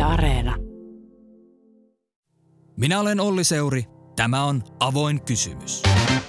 Areena. Minä olen Olli Seuri. Tämä on Avoin kysymys.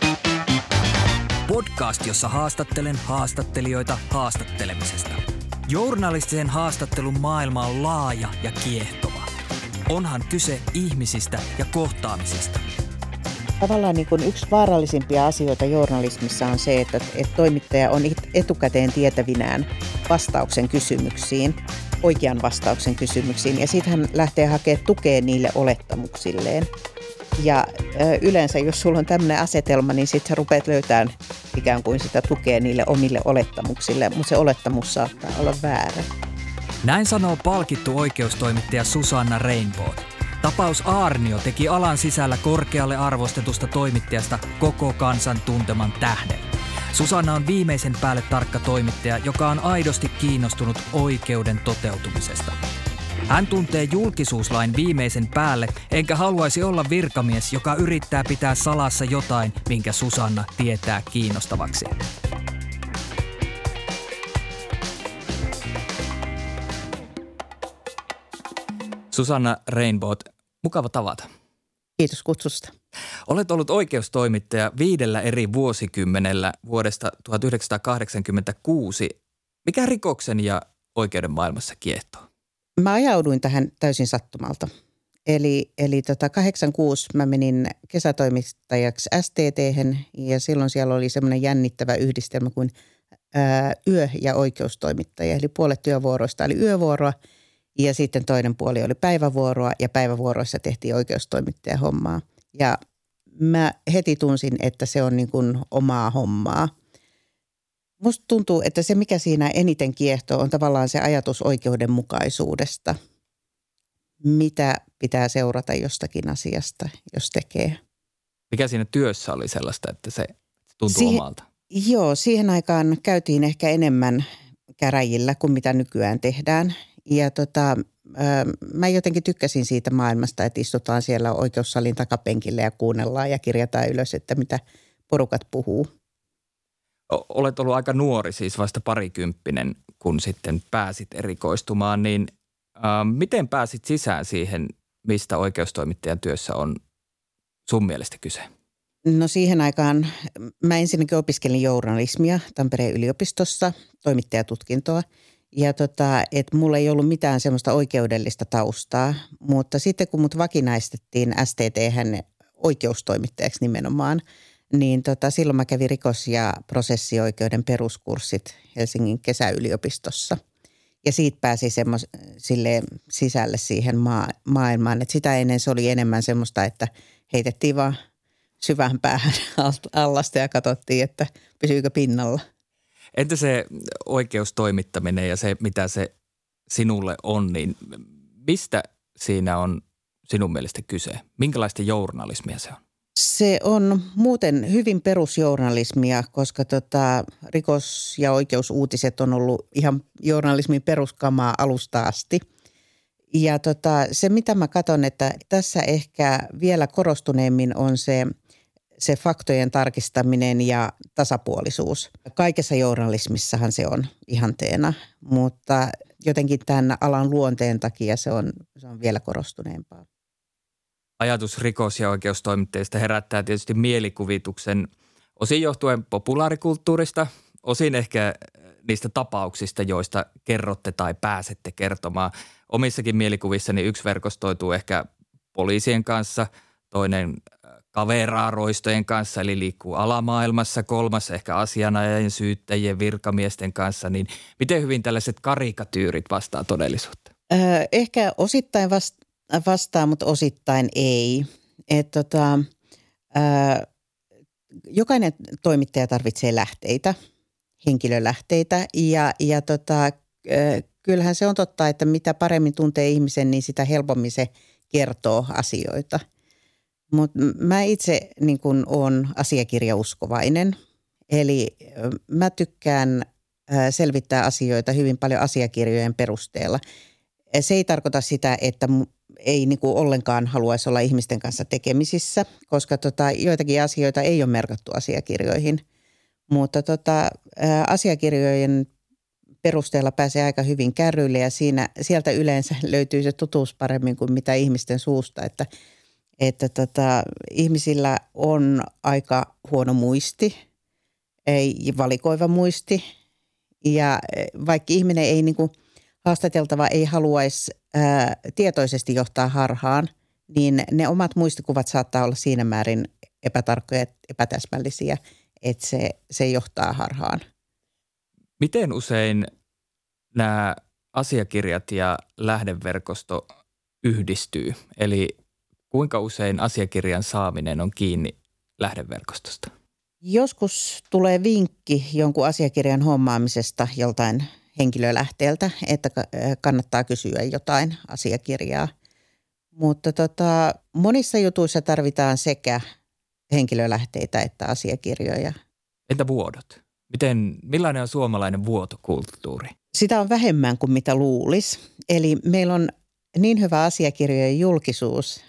Podcast, jossa haastattelen haastattelijoita haastattelemisesta. Journalistisen haastattelun maailma on laaja ja kiehtova. Onhan kyse ihmisistä ja kohtaamisista. Tavallaan niin kuin yksi vaarallisimpia asioita journalismissa on se, että toimittaja on etukäteen tietävinään vastauksen kysymyksiin, oikean vastauksen kysymyksiin, ja sitten hän lähtee hakemaan tukea niille olettamuksilleen. Ja yleensä, jos sulla on tämmöinen asetelma, niin sitten sä rupeat löytämään ikään kuin sitä tukea niille omille olettamuksille, mutta se olettamus saattaa olla väärä. Näin sanoo palkittu oikeustoimittaja Susanna Rainbow. Tapaus Aarnio teki alan sisällä korkealle arvostetusta toimittajasta koko kansan tunteman tähden. Susanna on viimeisen päälle tarkka toimittaja, joka on aidosti kiinnostunut oikeuden toteutumisesta. Hän tuntee julkisuuslain viimeisen päälle, enkä haluaisi olla virkamies, joka yrittää pitää salassa jotain, minkä Susanna tietää kiinnostavaksi. Susanna Rainbow, mukava tavata. Kiitos kutsusta. Olet ollut oikeustoimittaja 5 eri vuosikymmenellä vuodesta 1986. Mikä rikoksen ja oikeuden maailmassa kiehtoo? Mä ajauduin tähän täysin sattumalta. Eli 86 mä menin kesätoimittajaksi STT:hen ja silloin siellä oli semmoinen jännittävä yhdistelmä kuin yö- ja oikeustoimittaja. Eli puolet työvuoroista oli yövuoroa ja sitten toinen puoli oli päivävuoroa ja päivävuoroissa tehtiin oikeustoimittajan hommaa. Ja mä heti tunsin, että se on niin kuin omaa hommaa. Musta tuntuu, että se mikä siinä eniten kiehtoo on tavallaan se ajatus oikeudenmukaisuudesta. Mitä pitää seurata jostakin asiasta, jos tekee. Mikä siinä työssä oli sellaista, että se tuntuu omalta? Joo, siihen aikaan käytiin ehkä enemmän käräjillä kuin mitä nykyään tehdään. Ja mä jotenkin tykkäsin siitä maailmasta, että istutaan siellä oikeussalin takapenkillä ja kuunnellaan ja kirjataan ylös, että mitä porukat puhuu. Olet ollut aika nuori, siis vasta parikymppinen, kun sitten pääsit erikoistumaan, niin miten pääsit sisään siihen, mistä oikeustoimittajan työssä on sun mielestä kyse? No siihen aikaan mä ensinnäkin opiskelin journalismia Tampereen yliopistossa, toimittajatutkintoa. Ja että mulla ei ollut mitään semmoista oikeudellista taustaa, mutta sitten kun mut vakinaistettiin STT:hän oikeustoimittajaksi nimenomaan, niin silloin mä kävin rikos- ja prosessioikeuden peruskurssit Helsingin kesäyliopistossa. Ja siitä pääsi sille sisälle siihen maailmaan, että sitä ennen se oli enemmän semmoista, että heitettiin vaan syvään päähän allasta ja katsottiin, että pysyykö pinnalla. Entä se oikeustoimittaminen ja se, mitä se sinulle on, niin mistä siinä on sinun mielestä kyse? Minkälaista journalismia se on? Se on muuten hyvin perusjournalismia, koska rikos- ja oikeusuutiset on ollut ihan journalismin peruskamaa alusta asti. Ja se, mitä mä katson, että tässä ehkä vielä korostuneemmin on se faktojen tarkistaminen ja tasapuolisuus. Kaikessa journalismissahan se on ihanteena, mutta jotenkin tämän alan luonteen takia se on vielä korostuneempaa. Ajatus rikos- ja oikeustoimittajista herättää tietysti mielikuvituksen osin johtuen populaarikulttuurista, osin ehkä niistä tapauksista, joista kerrotte tai pääsette kertomaan. Omissakin mielikuvissani yksi verkostoituu ehkä poliisien kanssa, toinen kaveraaroistojen kanssa, eli liikkuu alamaailmassa, kolmas ehkä asianajajien, syyttäjien, virkamiesten kanssa, niin miten hyvin tällaiset karikatyyrit vastaa todellisuutta? Ehkä osittain vastaa, mutta osittain ei. Jokainen toimittaja tarvitsee lähteitä, henkilölähteitä ja kyllähän se on totta, että mitä paremmin tuntee ihmisen, niin sitä helpommin se kertoo asioita. Mutta mä itse niin kun olen asiakirjauskovainen, eli mä tykkään selvittää asioita hyvin paljon asiakirjojen perusteella. Se ei tarkoita sitä, että ei niin kuin ollenkaan haluaisi olla ihmisten kanssa tekemisissä, koska joitakin asioita ei ole merkattu asiakirjoihin. Mutta asiakirjojen perusteella pääsee aika hyvin kärryille ja sieltä yleensä löytyy se totuus paremmin kuin mitä ihmisten suusta, että ihmisillä on aika huono muisti, ei valikoiva muisti ja vaikka ihminen ei niin kuin haastateltava ei haluaisi tietoisesti johtaa harhaan, niin ne omat muistikuvat saattaa olla siinä määrin epätarkkoja, epätäsmällisiä, että se johtaa harhaan. Miten usein nämä asiakirjat ja lähdeverkosto yhdistyy? Eli kuinka usein asiakirjan saaminen on kiinni lähdeverkostosta? Joskus tulee vinkki jonkun asiakirjan hommaamisesta joltain henkilölähteeltä, että kannattaa kysyä jotain asiakirjaa. Mutta monissa jutuissa tarvitaan sekä henkilölähteitä että asiakirjoja. Entä vuodot? Millainen on suomalainen vuotokulttuuri? Sitä on vähemmän kuin mitä luulisi. Eli meillä on niin hyvä asiakirjojen julkisuus,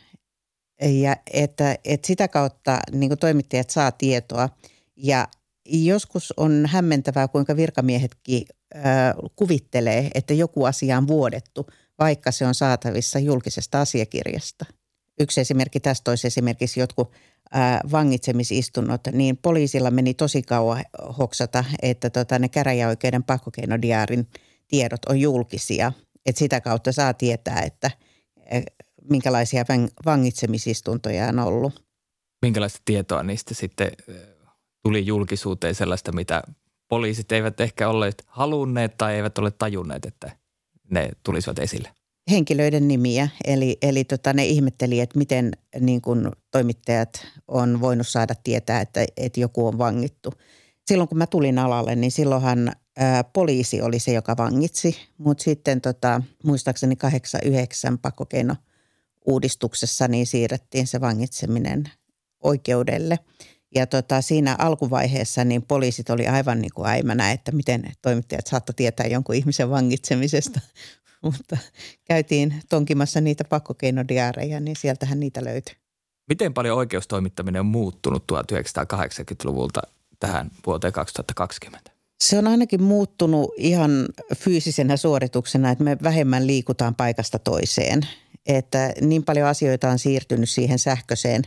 ja että sitä kautta niin kuin toimittajat saa tietoa. Ja joskus on hämmentävää, kuinka virkamiehetkin kuvittelee, että joku asia on vuodettu, vaikka se on saatavissa julkisesta asiakirjasta. Yksi esimerkki tästä olisi esimerkiksi jotkut vangitsemisistunnot, niin poliisilla meni tosi kauan hoksata, että ne käräjäoikeuden pakkokeinodiaarin tiedot on julkisia. Että sitä kautta saa tietää, että minkälaisia vangitsemisistuntoja on ollut. Minkälaista tietoa niistä sitten tuli julkisuuteen sellaista, mitä poliisit eivät ehkä olleet halunneet tai eivät ole tajunneet, että ne tulisivat esille? Henkilöiden nimiä, eli ne ihmetteli, että miten niin kun toimittajat on voinut saada tietää, että joku on vangittu. Silloin kun mä tulin alalle, niin silloinhan poliisi oli se, joka vangitsi, mutta sitten muistaakseni 89 pakkokeino-uudistuksessa niin siirrettiin se vangitseminen oikeudelle. Ja siinä alkuvaiheessa niin poliisit oli aivan niin kuin äimänä, että miten toimittajat saattoi tietää jonkun ihmisen vangitsemisesta. Mutta käytiin tonkimassa niitä pakkokeinodiaareja, niin sieltähän niitä löytyi. Miten paljon oikeustoimittaminen on muuttunut 1980-luvulta tähän vuoteen 2020? Se on ainakin muuttunut ihan fyysisenä suorituksena, että me vähemmän liikutaan paikasta toiseen. Että niin paljon asioita on siirtynyt siihen sähköiseen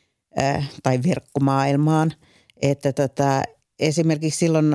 tai verkkomaailmaan, että esimerkiksi silloin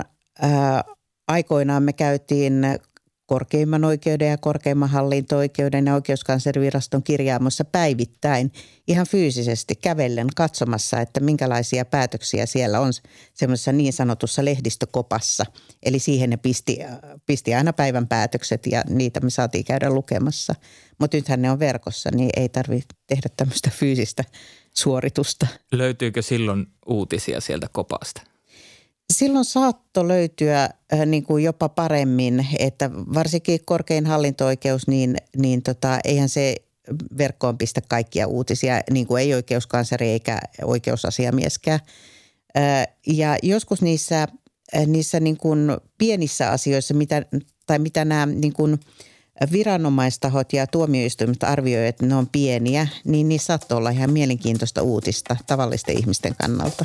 aikoinaan me käytiin korkeimman oikeuden ja korkeimman hallinto-oikeuden ja oikeuskanslerviraston kirjaamossa päivittäin ihan fyysisesti kävellen katsomassa, että minkälaisia päätöksiä siellä on semmoisessa niin sanotussa lehdistökopassa. Eli siihen ne pisti aina päivän päätökset ja niitä me saatiin käydä lukemassa. Mutta nythän ne on verkossa, niin ei tarvitse tehdä tämmöistä fyysistä suoritusta. Löytyykö silloin uutisia sieltä kopasta? Silloin saattoi löytyä niin kuin jopa paremmin, että varsinkin korkein hallinto-oikeus, niin eihän se verkkoon pistä kaikkia uutisia, niin kuin ei oikeuskansleri eikä oikeusasiamieskään. Ja joskus niissä niin kuin pienissä asioissa, mitä nämä niin kuin viranomaistahot ja tuomioistuimet arvioivat, että ne on pieniä, niin niissä saattoi olla ihan mielenkiintoista uutista tavallisten ihmisten kannalta.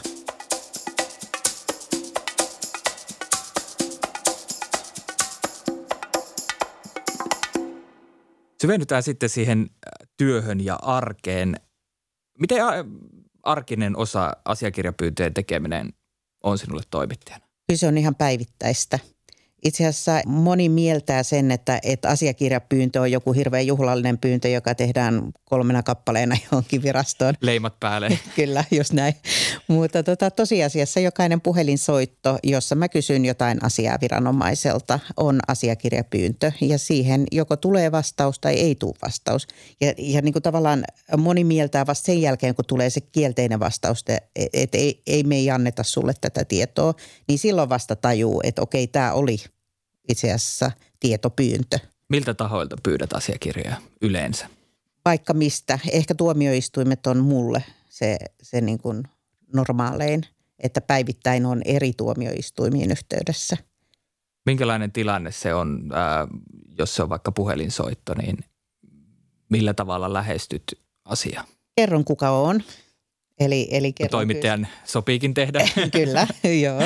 Syvennytään sitten siihen työhön ja arkeen. Miten arkinen osa asiakirjapyyntöjen tekeminen on sinulle toimittajana? Kyllä se on ihan päivittäistä. Itse asiassa moni mieltää sen, että asiakirjapyyntö on joku hirveän juhlallinen pyyntö, joka tehdään 3 kappaleena johonkin virastoon. Leimat päälle. Kyllä, just näin. Mutta tosiasiassa jokainen puhelinsoitto, jossa mä kysyn jotain asiaa viranomaiselta, on asiakirjapyyntö. Ja siihen joko tulee vastaus tai ei tule vastaus. Ja niin kuin tavallaan moni mieltää vasta sen jälkeen, kun tulee se kielteinen vastaus, että ei me ei anneta sulle tätä tietoa, niin silloin vasta tajuu, että okei, tämä oli itse asiassa tietopyyntö. Miltä tahoilta pyydät asiakirjoja yleensä? Vaikka mistä. Ehkä tuomioistuimet on mulle se niin kuin normaalein, että päivittäin on eri tuomioistuimiin yhteydessä. Minkälainen tilanne se on, jos se on vaikka puhelinsoitto, niin millä tavalla lähestyt asiaa? Kerron kuka on. Eli toimittajan sopiikin tehdä. Kyllä, joo.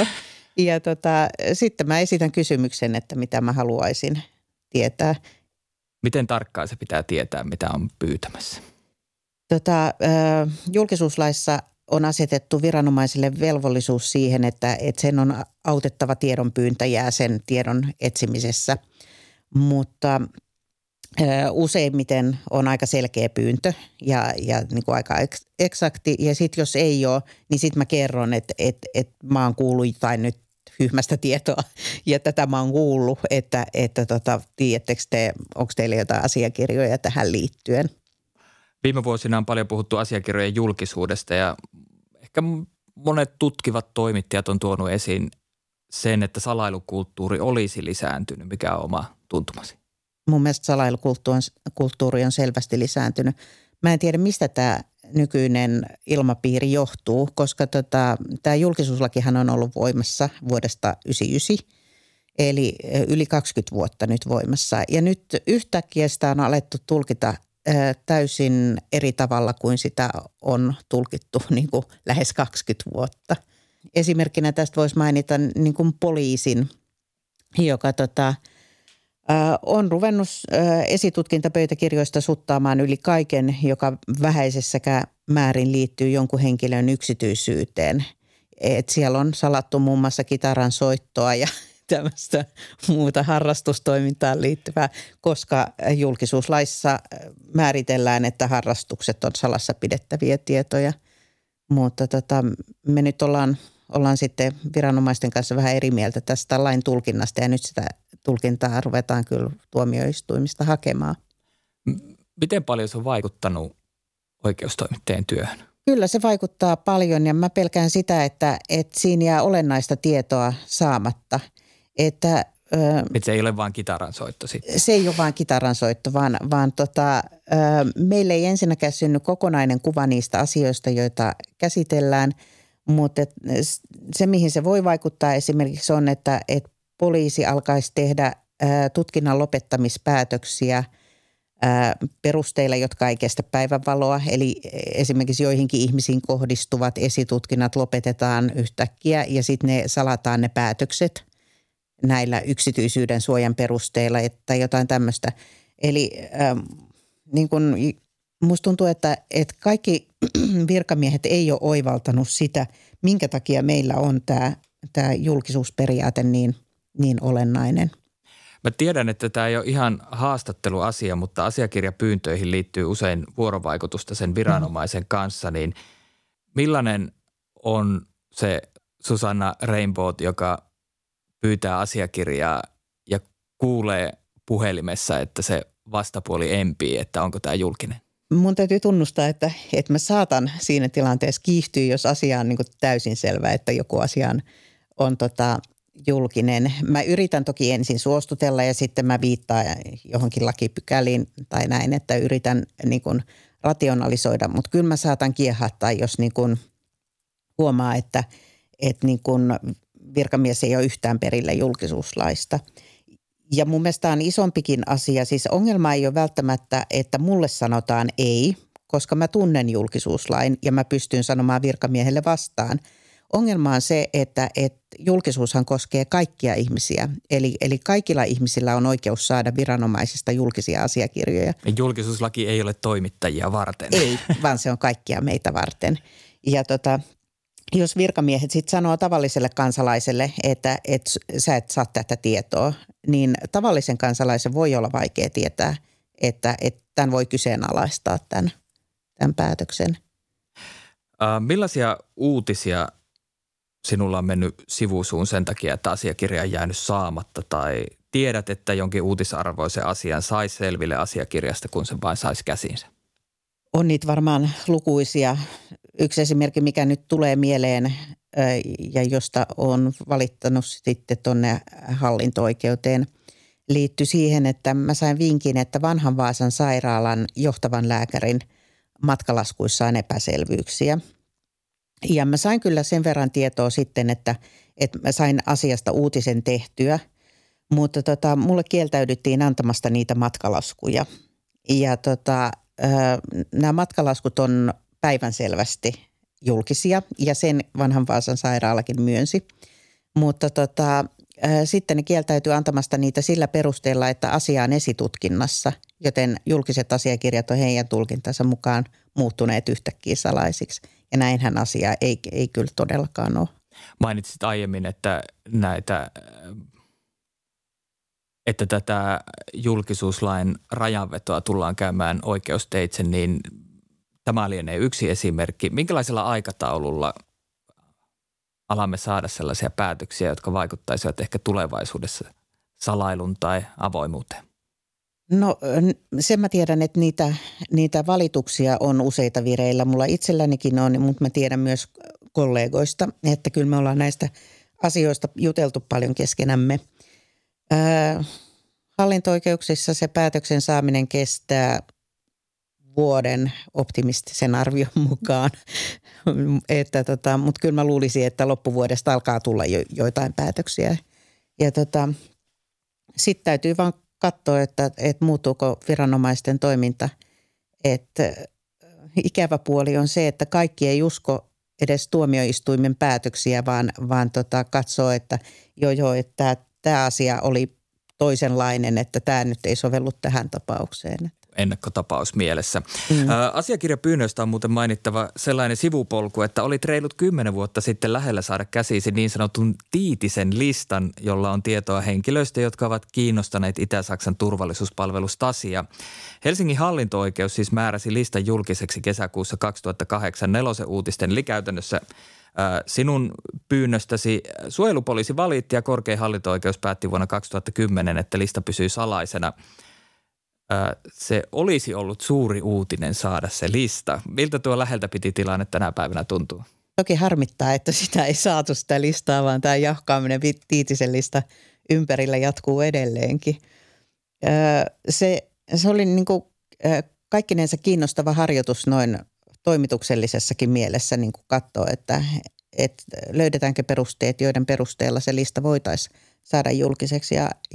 Ja sitten mä esitän kysymyksen, että mitä mä haluaisin tietää. Miten tarkkaan se pitää tietää, mitä on pyytämässä? Julkisuuslaissa on asetettu viranomaisille velvollisuus siihen, että sen on autettava tiedonpyyntäjää sen tiedon etsimisessä, mutta useimmiten on aika selkeä pyyntö ja niin kuin aika eksakti. Ja sitten jos ei ole, niin sitten mä kerron, että mä oon kuullut jotain nyt hyhmästä tietoa ja tätä mä oon kuullut, että tiedättekö te, onko teillä jotain asiakirjoja tähän liittyen? Viime vuosina on paljon puhuttu asiakirjojen julkisuudesta ja ehkä monet tutkivat toimittajat on tuonut esiin sen, että salailukulttuuri olisi lisääntynyt. Mikä on oma tuntumasi? Mun mielestä salailukulttuuri on selvästi lisääntynyt. Mä en tiedä, mistä tämä nykyinen ilmapiiri johtuu, koska tämä julkisuuslakihan on ollut voimassa vuodesta 1999, eli yli 20 vuotta nyt voimassa. Ja nyt yhtäkkiä sitä on alettu tulkita täysin eri tavalla kuin sitä on tulkittu niin kuin lähes 20 vuotta. Esimerkkinä tästä voisi mainita niin kuin poliisin, joka on ruvennut esitutkintapöytäkirjoista suttaamaan yli kaiken, joka vähäisessäkään määrin liittyy jonkun henkilön yksityisyyteen. Et siellä on salattu muun muassa kitaran soittoa ja tämmöistä muuta harrastustoimintaan liittyvää, koska julkisuuslaissa määritellään, että harrastukset on salassa pidettäviä tietoja. Mutta me nyt ollaan sitten viranomaisten kanssa vähän eri mieltä tästä lain tulkinnasta ja nyt sitä tulkintaa ruvetaan kyllä tuomioistuimista hakemaan. Miten paljon se on vaikuttanut oikeustoimittajien työhön? Kyllä se vaikuttaa paljon ja mä pelkään sitä, että siinä jää olennaista tietoa saamatta. Että se ei ole vain kitaransoitto sitten? Se ei ole vain kitaransoitto, vaan meille ei ensinnäkään synny kokonainen kuva niistä asioista, joita käsitellään, mutta se mihin se voi vaikuttaa esimerkiksi on, että poliisi alkaisi tehdä tutkinnan lopettamispäätöksiä perusteilla, jotka ei kestä päivänvaloa. Eli esimerkiksi joihinkin ihmisiin kohdistuvat esitutkinnat lopetetaan yhtäkkiä ja sitten ne salataan ne päätökset näillä yksityisyyden suojan perusteilla tai jotain tämmöistä. Eli niin kun musta tuntuu, että kaikki virkamiehet ei ole oivaltanut sitä, minkä takia meillä on tämä julkisuusperiaate niin olennainen. Mä tiedän, että tämä ei ole ihan haastatteluasia, mutta asiakirjapyyntöihin liittyy usein vuorovaikutusta sen viranomaisen kanssa. Niin millainen on se Susanna Rainbow, joka pyytää asiakirjaa ja kuulee puhelimessa, että se vastapuoli empii, että onko tämä julkinen? Mun täytyy tunnustaa, että mä saatan siinä tilanteessa kiihtyä, jos asia on niin kuin täysin selvä, että joku asia on julkinen. Mä yritän toki ensin suostutella ja sitten mä viittaan johonkin lakipykäliin tai näin, että yritän niin kuin rationalisoida, mutta kyllä mä saatan kiehahtaa, jos niin kuin huomaa, että niin kuin virkamies ei ole yhtään perille julkisuuslaista. Ja mun mielestä on isompikin asia. Siis ongelma ei ole välttämättä, että mulle sanotaan ei, koska mä tunnen julkisuuslain ja mä pystyn sanomaan virkamiehelle vastaan. Ongelma on se, että julkisuushan koskee kaikkia ihmisiä. Eli kaikilla ihmisillä on oikeus saada viranomaisista julkisia asiakirjoja. Julkisuuslaki ei ole toimittajia varten. Ei, vaan se on kaikkia meitä varten. Ja jos virkamiehet sitten sanoo tavalliselle kansalaiselle, että sä et saa tätä tietoa, niin tavallisen kansalaisen voi olla vaikea tietää, että tämän voi kyseenalaistaa tämän päätöksen. Millaisia uutisia sinulla on mennyt sivusuun sen takia, että asiakirja on jäänyt saamatta tai tiedät, että jonkin uutisarvoisen asian saisi selville asiakirjasta, kun sen vain saisi käsiinsä? On niitä varmaan lukuisia. Yksi esimerkki, mikä nyt tulee mieleen ja josta on valittanut sitten tuonne hallinto-oikeuteen, liittyi siihen, että mä sain vinkin, että Vanhan Vaasan sairaalan johtavan lääkärin matkalaskuissa on epäselvyyksiä. Ja mä sain kyllä sen verran tietoa sitten, että mä sain asiasta uutisen tehtyä, mutta mulle kieltäydyttiin antamasta niitä matkalaskuja. Ja nämä matkalaskut on päivänselvästi julkisia ja sen Vanhan Vaasan sairaalakin myönsi. Mutta sitten ne kieltäytyy antamasta niitä sillä perusteella, että asia on esitutkinnassa, joten julkiset asiakirjat on heidän tulkintansa mukaan muuttuneet yhtäkkiä salaisiksi. Ja näinhän asia ei kyllä todellakaan ole. Mainitsit aiemmin, että tätä julkisuuslain rajanvetoa tullaan käymään oikeusteitse, niin tämä lienee yksi esimerkki. Minkälaisella aikataululla alamme saada sellaisia päätöksiä, jotka vaikuttaisivat ehkä tulevaisuudessa salailun tai avoimuuteen? No sen mä tiedän, että niitä valituksia on useita vireillä. Mulla itsellänikin on, mutta mä tiedän myös kollegoista, että kyllä me ollaan näistä asioista juteltu paljon keskenämme. Hallinto-oikeuksissa se päätöksen saaminen kestää vuoden optimistisen arvion mukaan, mutta kyllä mä luulisin, että loppuvuodesta alkaa tulla joitain päätöksiä. Ja sitten täytyy vaan katsoa, että muuttuuko viranomaisten toiminta. Että ikävä puoli on se, että kaikki ei usko edes tuomioistuimen päätöksiä, vaan katsoo, että että tämä asia oli toisenlainen, että tämä nyt ei sovellu tähän tapaukseen. Ennakkotapaus mielessä. Asiakirjapyynnöstä on muuten mainittava sellainen sivupolku, että olit reilut 10 vuotta sitten lähellä saada käsiisi niin sanotun Tiitisen listan, jolla on tietoa henkilöistä, jotka ovat kiinnostaneet Itä-Saksan turvallisuuspalvelu Stasia. Helsingin hallinto-oikeus siis määräsi listan julkiseksi kesäkuussa 2008 Nelosen uutisten, eli käytännössä sinun pyynnöstäsi suojelupoliisi valitti ja korkein hallinto-oikeus päätti vuonna 2010, että lista pysyy salaisena. Se olisi ollut suuri uutinen saada se lista. Miltä tuo läheltä piti tilanne tänä päivänä tuntuu? Toki harmittaa, että sitä ei saatu sitä listaa, vaan tämä jahkaaminen Tiitisen lista ympärillä jatkuu edelleenkin. Se oli niin kuin kaikkinensa kiinnostava harjoitus noin toimituksellisessakin mielessä niin kuin katsoa, että löydetäänkö perusteet, joiden perusteella se lista voitaisiin saada julkiseksi.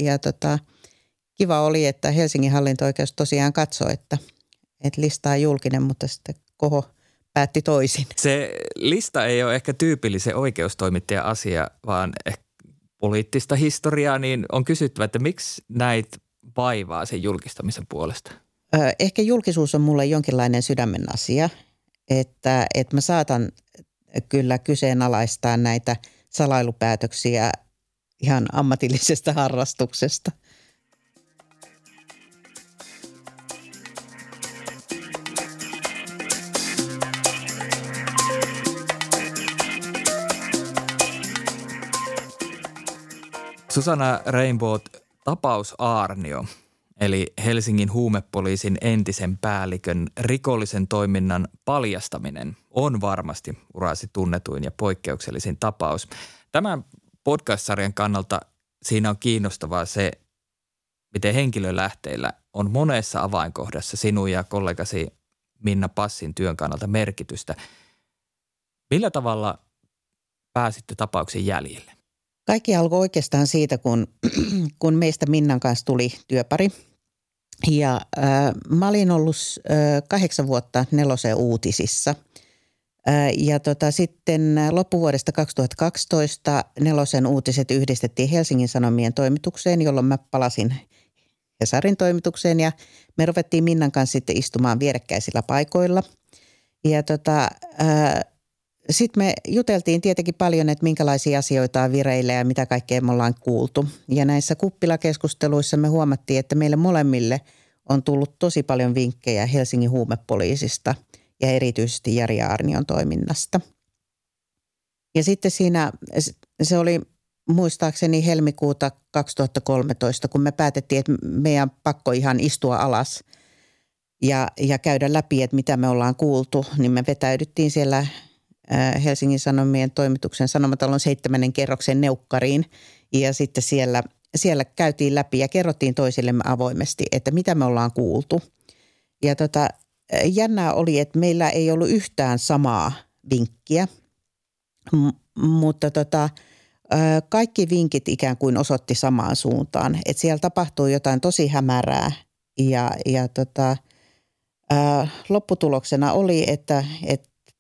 Kiva oli, että Helsingin hallinto-oikeus tosiaan katsoi, että lista on julkinen, mutta sitten KOHO päätti toisin. Se lista ei ole ehkä tyypillisen oikeustoimittajan asia, vaan ehkä poliittista historiaa, niin on kysyttävä, että miksi näitä vaivaa sen julkistamisen puolesta? Ehkä julkisuus on mulle jonkinlainen sydämen asia, että mä saatan kyllä kyseenalaistaa näitä salailupäätöksiä ihan ammatillisesta harrastuksesta. Susanna Rainbow, tapaus Aarnio, eli Helsingin huumepoliisin entisen päällikön rikollisen toiminnan paljastaminen on varmasti urasi tunnetuin ja poikkeuksellisin tapaus. Tämän podcast-sarjan kannalta siinä on kiinnostavaa se, miten henkilölähteillä on monessa avainkohdassa sinun ja kollegasi Minna Passin työn kannalta merkitystä. Millä tavalla pääsitte tapauksen jäljille? Kaikki alkoi oikeastaan siitä, kun meistä Minnan kanssa tuli työpari. Ja mä olin ollut 8 vuotta Nelosen uutisissa. Sitten loppuvuodesta 2012 Nelosen uutiset yhdistettiin Helsingin Sanomien toimitukseen, jolloin mä palasin Hesarin toimitukseen ja me ruvettiin Minnan kanssa sitten istumaan vierekkäisillä paikoilla. Ja sitten me juteltiin tietenkin paljon, että minkälaisia asioita on vireillä ja mitä kaikkea me ollaan kuultu. Ja näissä kuppilakeskusteluissa me huomattiin, että meille molemmille on tullut tosi paljon vinkkejä Helsingin huumepoliisista ja erityisesti Jari Aarnion toiminnasta. Ja sitten se oli muistaakseni helmikuuta 2013, kun me päätettiin, että meidän pakko ihan istua alas ja käydä läpi, että mitä me ollaan kuultu, niin me vetäydyttiin siellä Helsingin Sanomien toimituksen Sanomatalon 7. kerroksen neukkariin ja sitten siellä käytiin läpi ja kerrottiin toisillemme avoimesti, että mitä me ollaan kuultu. Ja jännää oli, että meillä ei ollut yhtään samaa vinkkiä, mutta kaikki vinkit ikään kuin osoitti samaan suuntaan, että siellä tapahtui jotain tosi hämärää ja lopputuloksena oli, että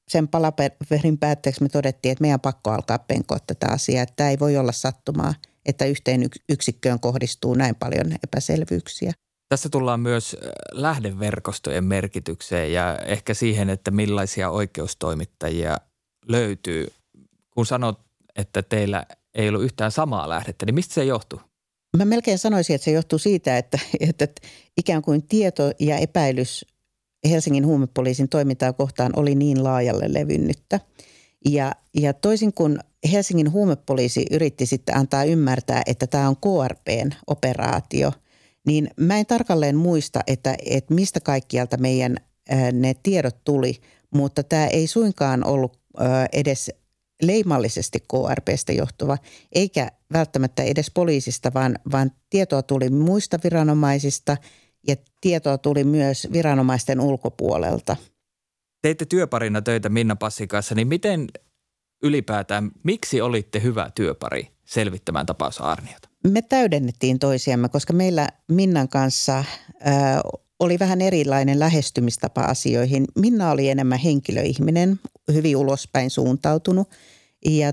sen palaverin päätteeksi me todettiin, että meidän pakko alkaa penkoa tätä asiaa. Että tämä ei voi olla sattumaa, että yhteen yksikköön kohdistuu näin paljon epäselvyyksiä. Tässä tullaan myös lähdeverkostojen merkitykseen ja ehkä siihen, että millaisia oikeustoimittajia löytyy. Kun sanot, että teillä ei ollut yhtään samaa lähdettä, niin mistä se johtuu? Mä melkein sanoisin, että se johtuu siitä, että ikään kuin tieto ja epäilys Helsingin huumepoliisin toimintaa kohtaan oli niin laajalle levinnyttä. Ja toisin kuin Helsingin huumepoliisi yritti sitten antaa ymmärtää, että tämä on KRP:n operaatio, niin mä en tarkalleen muista, että mistä kaikkialta meidän ne tiedot tuli, mutta tämä ei suinkaan ollut edes leimallisesti KRP:stä johtuva, eikä välttämättä edes poliisista, vaan tietoa tuli muista viranomaisista ja tietoa tuli myös viranomaisten ulkopuolelta. Teitte työparina töitä Minna Passin kanssa, niin miten ylipäätään, miksi olitte hyvä työpari selvittämään tapaus Aarniota? Me täydennettiin toisiamme, koska meillä Minnan kanssa oli vähän erilainen lähestymistapa asioihin. Minna oli enemmän henkilöihminen, hyvin ulospäin suuntautunut ja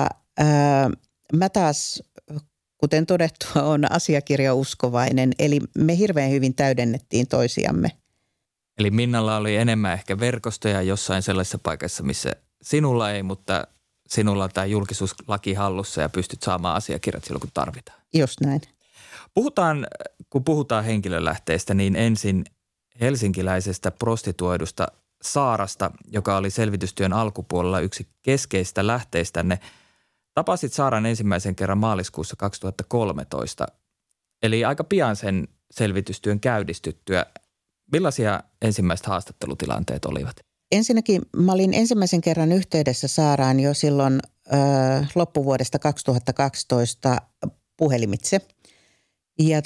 mä taas, kuten todettua, on asiakirjauskovainen, eli me hirveän hyvin täydennettiin toisiamme. Eli Minnalla oli enemmän ehkä verkostoja jossain sellaisessa paikassa, missä sinulla ei, mutta sinulla on tämä julkisuuslaki hallussa ja pystyt saamaan asiakirjat silloin, kun tarvitaan. Just näin. Kun puhutaan henkilölähteistä, niin ensin helsinkiläisestä prostituoidusta Saarasta, joka oli selvitystyön alkupuolella yksi keskeistä lähteistänne. Tapasit Saaran ensimmäisen kerran maaliskuussa 2013, eli aika pian sen selvitystyön käynnistyttyä. Millaisia ensimmäiset haastattelutilanteet olivat? Ensinnäkin mä olin ensimmäisen kerran yhteydessä Saaraan jo silloin loppuvuodesta 2012 puhelimitse. Ja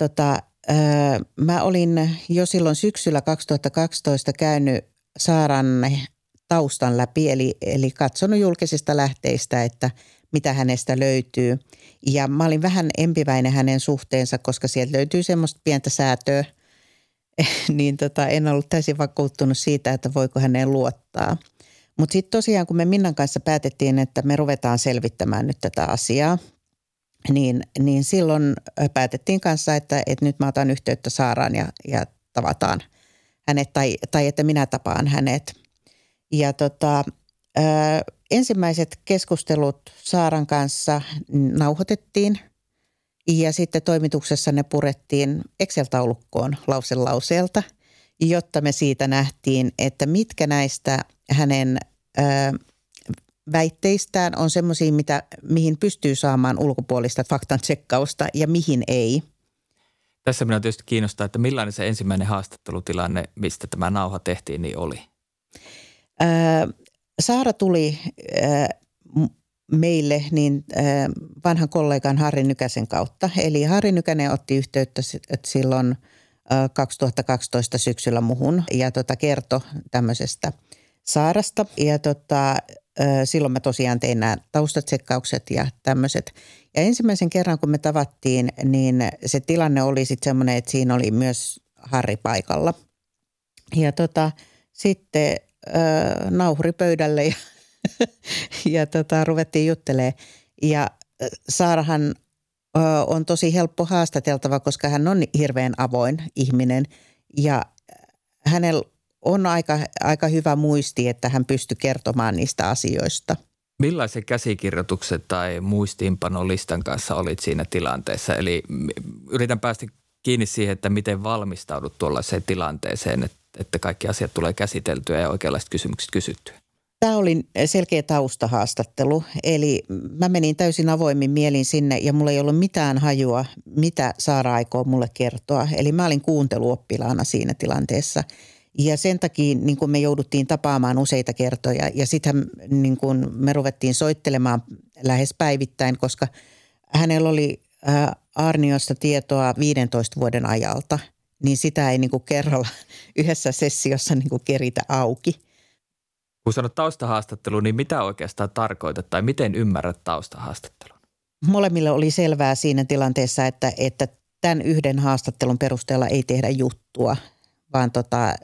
mä olin jo silloin syksyllä 2012 käynyt Saaran taustan läpi, eli katsonut julkisista lähteistä, että mitä hänestä löytyy. Ja mä olin vähän empiväinen hänen suhteensa, koska sieltä löytyy semmoista pientä säätöä, niin en ollut täysin vakuuttunut siitä, että voiko häneen luottaa. Mutta sitten tosiaan, kun me Minnan kanssa päätettiin, että me ruvetaan selvittämään nyt tätä asiaa, niin silloin päätettiin kanssa, että nyt mä otan yhteyttä Saaraan ja tavataan hänet tai että minä tapaan hänet. Ja ensimmäiset keskustelut Saaran kanssa nauhoitettiin ja sitten toimituksessa ne purettiin Excel-taulukkoon lause lauseelta, jotta me siitä nähtiin, että mitkä näistä hänen väitteistään on semmoisia, mihin pystyy saamaan ulkopuolista faktan tsekkausta ja mihin ei. Tässä minua tietysti kiinnostaa, että millainen se ensimmäinen haastattelutilanne, mistä tämä nauha tehtiin, niin oli? Saara tuli meille vanhan kollegan Harri Nykäsen kautta. Eli Harri Nykänen otti yhteyttä silloin 2012 syksyllä muhun ja kertoi tämmöisestä Saarasta. Ja silloin mä tosiaan tein nämä taustatsekkaukset ja tämmöiset. Ja ensimmäisen kerran, kun me tavattiin, niin se tilanne oli sitten semmoinen, että siinä oli myös Harri paikalla. Ja sitten nauhuri pöydälle ja ruvettiin juttelemaan. Ja Saarahan on tosi helppo haastateltava, koska hän on hirveän avoin ihminen ja hänellä on aika hyvä muisti, että hän pystyi kertomaan niistä asioista. Millaisen käsikirjoituksen tai muistiinpanolistan kanssa olit siinä tilanteessa? Eli yritän päästä kiinni siihen, että miten valmistaudut tuollaiseen tilanteeseen, että kaikki asiat tulee käsiteltyä ja oikeanlaiset kysymykset kysyttyä. Tämä oli selkeä taustahaastattelu, eli mä menin täysin avoimin mielin sinne ja mulla ei ollut mitään hajua, mitä Saara aikoo mulle kertoa. Eli mä olin kuunteluoppilaana siinä tilanteessa. Ja sen takia niin kun me jouduttiin tapaamaan useita kertoja ja sitten niin kun me ruvettiin soittelemaan lähes päivittäin, koska hänellä oli Aarniosta tietoa 15 vuoden ajalta, niin sitä ei niin kun kerralla yhdessä sessiossa niin kun keritä auki. Kun sanot taustahaastattelu, niin mitä oikeastaan tarkoitat tai miten ymmärrät taustahaastattelun? Molemmille oli selvää siinä tilanteessa, että tämän yhden haastattelun perusteella ei tehdä juttua, vaan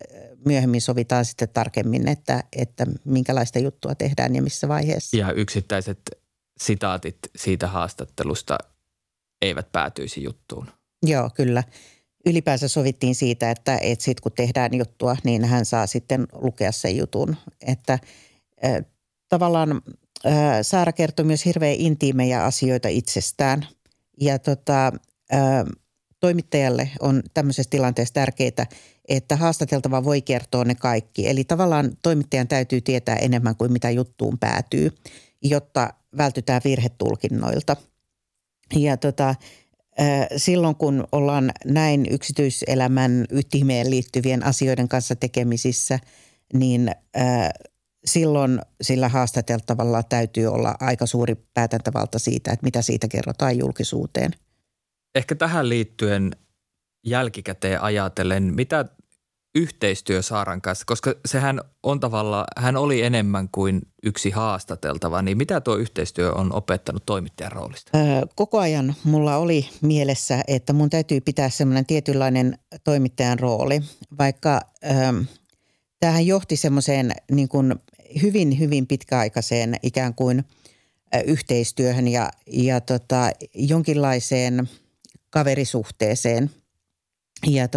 myöhemmin sovitaan sitten tarkemmin, että minkälaista juttua tehdään ja missä vaiheessa. Ja yksittäiset sitaatit siitä haastattelusta eivät päätyisi juttuun. Joo, kyllä. Ylipäänsä sovittiin siitä, että sit kun tehdään juttua, niin hän saa sitten lukea sen jutun. Että tavallaan Saara kertoi myös hirveän intiimejä asioita itsestään. Ja toimittajalle on tämmöisessä tilanteessa tärkeää, että haastateltava voi kertoa ne kaikki. Eli tavallaan toimittajan täytyy tietää enemmän kuin mitä juttuun päätyy, jotta vältytään virhetulkinnoilta. Ja silloin kun ollaan näin yksityiselämän ytimeen liittyvien asioiden kanssa tekemisissä, niin silloin sillä haastateltavalla täytyy olla aika suuri päätäntävalta siitä, että mitä siitä kerrotaan julkisuuteen. Ehkä tähän liittyen jälkikäteen ajatellen, mitä yhteistyö Saaran kanssa, koska sehän on tavallaan, hän oli enemmän kuin yksi haastateltava, niin mitä tuo yhteistyö on opettanut toimittajan roolista? Koko ajan mulla oli mielessä, että mun täytyy pitää semmoinen tietynlainen toimittajan rooli, vaikka tämähän johti semmoiseen niin kuin hyvin, hyvin pitkäaikaiseen ikään kuin yhteistyöhön ja jonkinlaiseen kaverisuhteeseen. Ja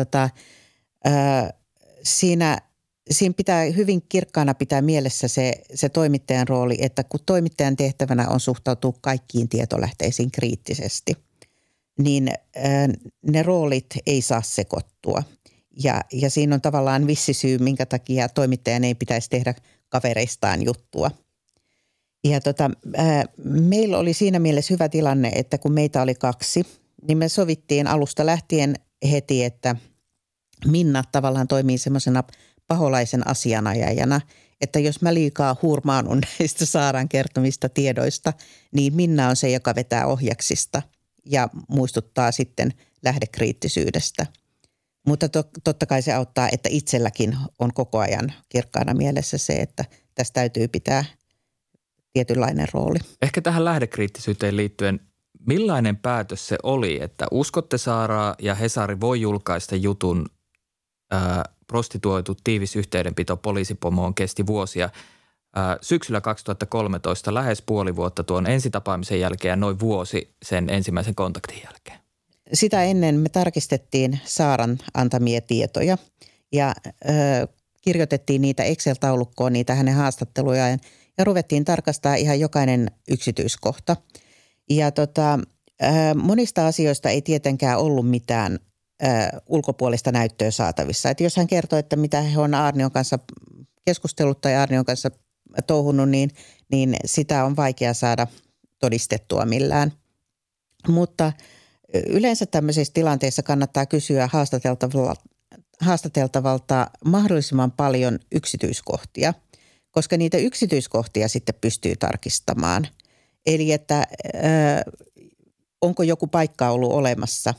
siinä pitää hyvin kirkkaana pitää mielessä se toimittajan rooli, että kun toimittajan tehtävänä on suhtautua kaikkiin tietolähteisiin kriittisesti, niin ne roolit ei saa sekoittua. Ja siinä on tavallaan vissi syy, minkä takia toimittajan ei pitäisi tehdä kavereistaan juttua. Ja meillä oli siinä mielessä hyvä tilanne, että kun meitä oli 2, niin me sovittiin alusta lähtien heti, että Minna tavallaan toimii semmoisena paholaisen asianajajana, että jos mä liikaa hurmaanun näistä Saaran kertomista tiedoista, niin Minna on se, joka vetää ohjaksista ja muistuttaa sitten lähdekriittisyydestä. Mutta totta kai se auttaa, että itselläkin on koko ajan kirkkaana mielessä se, että tässä täytyy pitää tietynlainen rooli. Ehkä tähän lähdekriittisyyteen liittyen, millainen päätös se oli, että Uskotte Saaraa ja Hesari voi julkaista jutun prostituoitu tiivis yhteydenpito poliisipomoon kesti vuosia. Syksyllä 2013 lähes puoli vuotta tuon ensitapaamisen jälkeen ja noin vuosi sen ensimmäisen kontaktin jälkeen. Sitä ennen me tarkistettiin Saaran antamia tietoja ja kirjoitettiin niitä Excel-taulukkoon, niitä hänen haastattelujaan ja ruvettiin tarkastaa ihan jokainen yksityiskohta. Ja monista asioista ei tietenkään ollut mitään ulkopuolista näyttöä saatavissa. Että jos hän kertoo, että mitä he on Aarnion kanssa keskustellut tai Aarnion kanssa touhunut, niin sitä on vaikea saada todistettua millään. Mutta yleensä tämmöisissä tilanteissa kannattaa kysyä haastateltavalta mahdollisimman paljon yksityiskohtia, koska niitä yksityiskohtia sitten pystyy tarkistamaan. Eli että onko joku paikka ollut olemassa.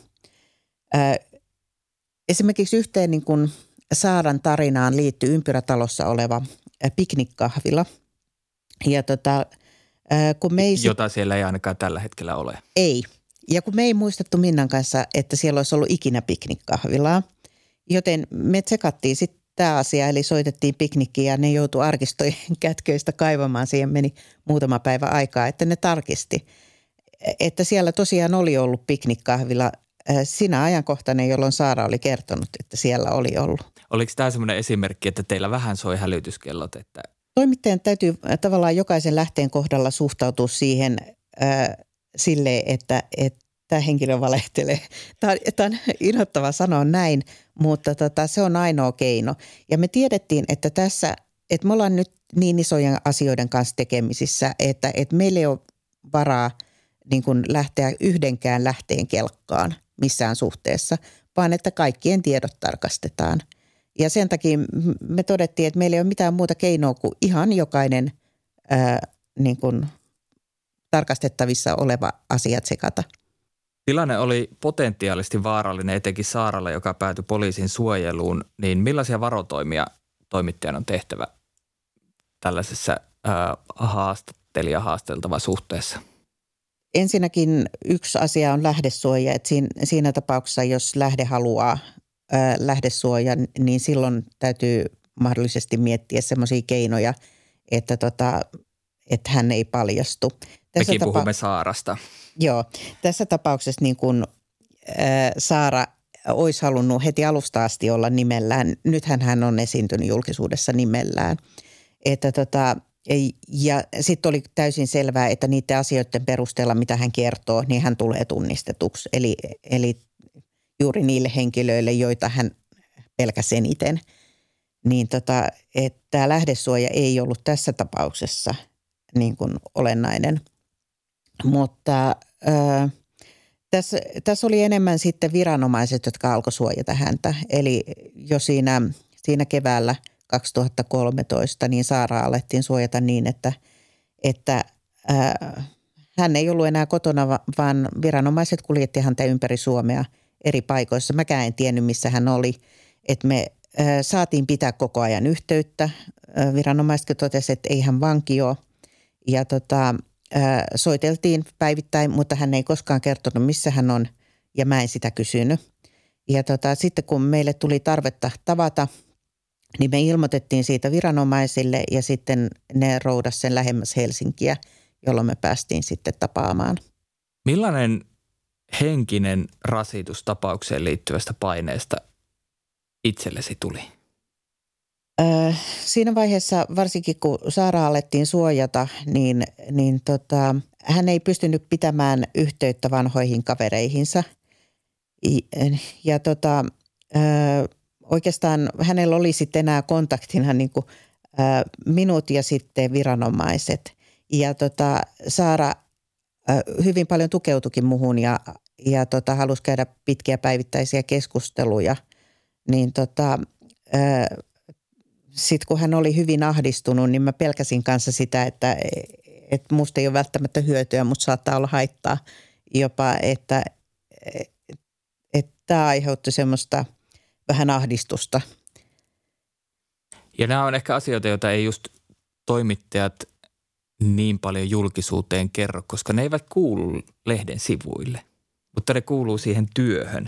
Esimerkiksi yhteen niin kuin Saaran tarinaan liittyy Ympyrätalossa oleva piknikkahvila. Ja kun me jota siellä ei ainakaan tällä hetkellä ole. Ei. Ja kun me ei muistettu Minnan kanssa, että siellä olisi ollut ikinä piknikkahvilaa, joten me tsekattiin sitten tämä asia, eli soitettiin piknikkiin ja ne joutui arkistojen kätköistä kaivamaan. Siihen meni muutama päivä aikaa, että ne tarkisti, että siellä tosiaan oli ollut piknikkahvila sinä ajankohtana, jolloin Saara oli kertonut, että siellä oli ollut. Oliko tämä sellainen esimerkki, että teillä vähän soi hälytyskellot? Että toimittajan täytyy tavallaan jokaisen lähteen kohdalla suhtautua siihen silleen, että tämä henkilö valehtelee. Tämä on inhottava sanoa näin, mutta se on ainoa keino. Ja me tiedettiin, että että me ollaan nyt niin isojen asioiden kanssa tekemisissä, että meillä ei ole varaa niin kuin lähteä yhdenkään lähteen kelkkaan missään suhteessa, vaan että kaikkien tiedot tarkastetaan. Ja sen takia me todettiin, että meillä ei ole mitään muuta keinoa kuin ihan jokainen niin kuin tarkastettavissa oleva asia tsekata. Tilanne oli potentiaalisesti vaarallinen etenkin Saaralle, joka päätyi poliisin suojeluun. Niin millaisia varotoimia toimittajan on tehtävä tällaisessa haasteltava suhteessa? Ensinnäkin yksi asia on lähdesuoja, että siinä tapauksessa, jos lähde haluaa lähdesuojan, niin silloin täytyy mahdollisesti miettiä semmoisia keinoja, että hän ei paljastu. Mekin puhumme Saarasta. Joo, tässä tapauksessa niin kun Saara olisi halunnut heti alusta asti olla nimellään. Nythän hän on esiintynyt julkisuudessa nimellään. Ja sitten oli täysin selvää, että niiden asioiden perusteella, mitä hän kertoo, niin hän tulee tunnistetuksi. Eli juuri niille henkilöille, joita hän pelkäsi eniten. Niin että tämä lähdesuoja ei ollut tässä tapauksessa niin kuin olennainen. Mutta tässä oli enemmän sitten viranomaiset, jotka alkoi suojata häntä. Eli jo siinä keväällä 2013 niin Saaraa alettiin suojata niin, että hän ei ollut enää kotona, vaan viranomaiset kuljetti häntä ympäri Suomea eri paikoissa. Mäkään en tiennyt, missä hän oli. Että me saatiin pitää koko ajan yhteyttä. Viranomaiset totesivat, että ei hän vanki ole. Ja soiteltiin päivittäin, mutta hän ei koskaan kertonut, missä hän on, ja mä en sitä kysynyt. Ja sitten kun meille tuli tarvetta tavata, niin me ilmoitettiin siitä viranomaisille, ja sitten ne roudasi sen lähemmäs Helsinkiä, jolloin me päästiin sitten tapaamaan. Millainen henkinen rasitus tapaukseen liittyvästä paineesta itsellesi tuli? Siinä vaiheessa, varsinkin kun Saaraa alettiin suojata, niin hän ei pystynyt pitämään yhteyttä vanhoihin kavereihinsa. Ja oikeastaan hänellä oli sitten enää kontaktina niin kuin, minut ja sitten viranomaiset. Ja Saara hyvin paljon tukeutuikin muhun ja halusi käydä pitkiä päivittäisiä keskusteluja. Niin sitten kun hän oli hyvin ahdistunut, niin mä pelkäsin kanssa sitä, että musta ei ole välttämättä hyötyä, mutta saattaa olla haittaa jopa, että tämä aiheutti semmoista vähän ahdistusta. Ja nämä on ehkä asioita, joita ei just toimittajat niin paljon julkisuuteen kerro, koska ne eivät kuulu lehden sivuille, mutta ne kuuluu siihen työhön.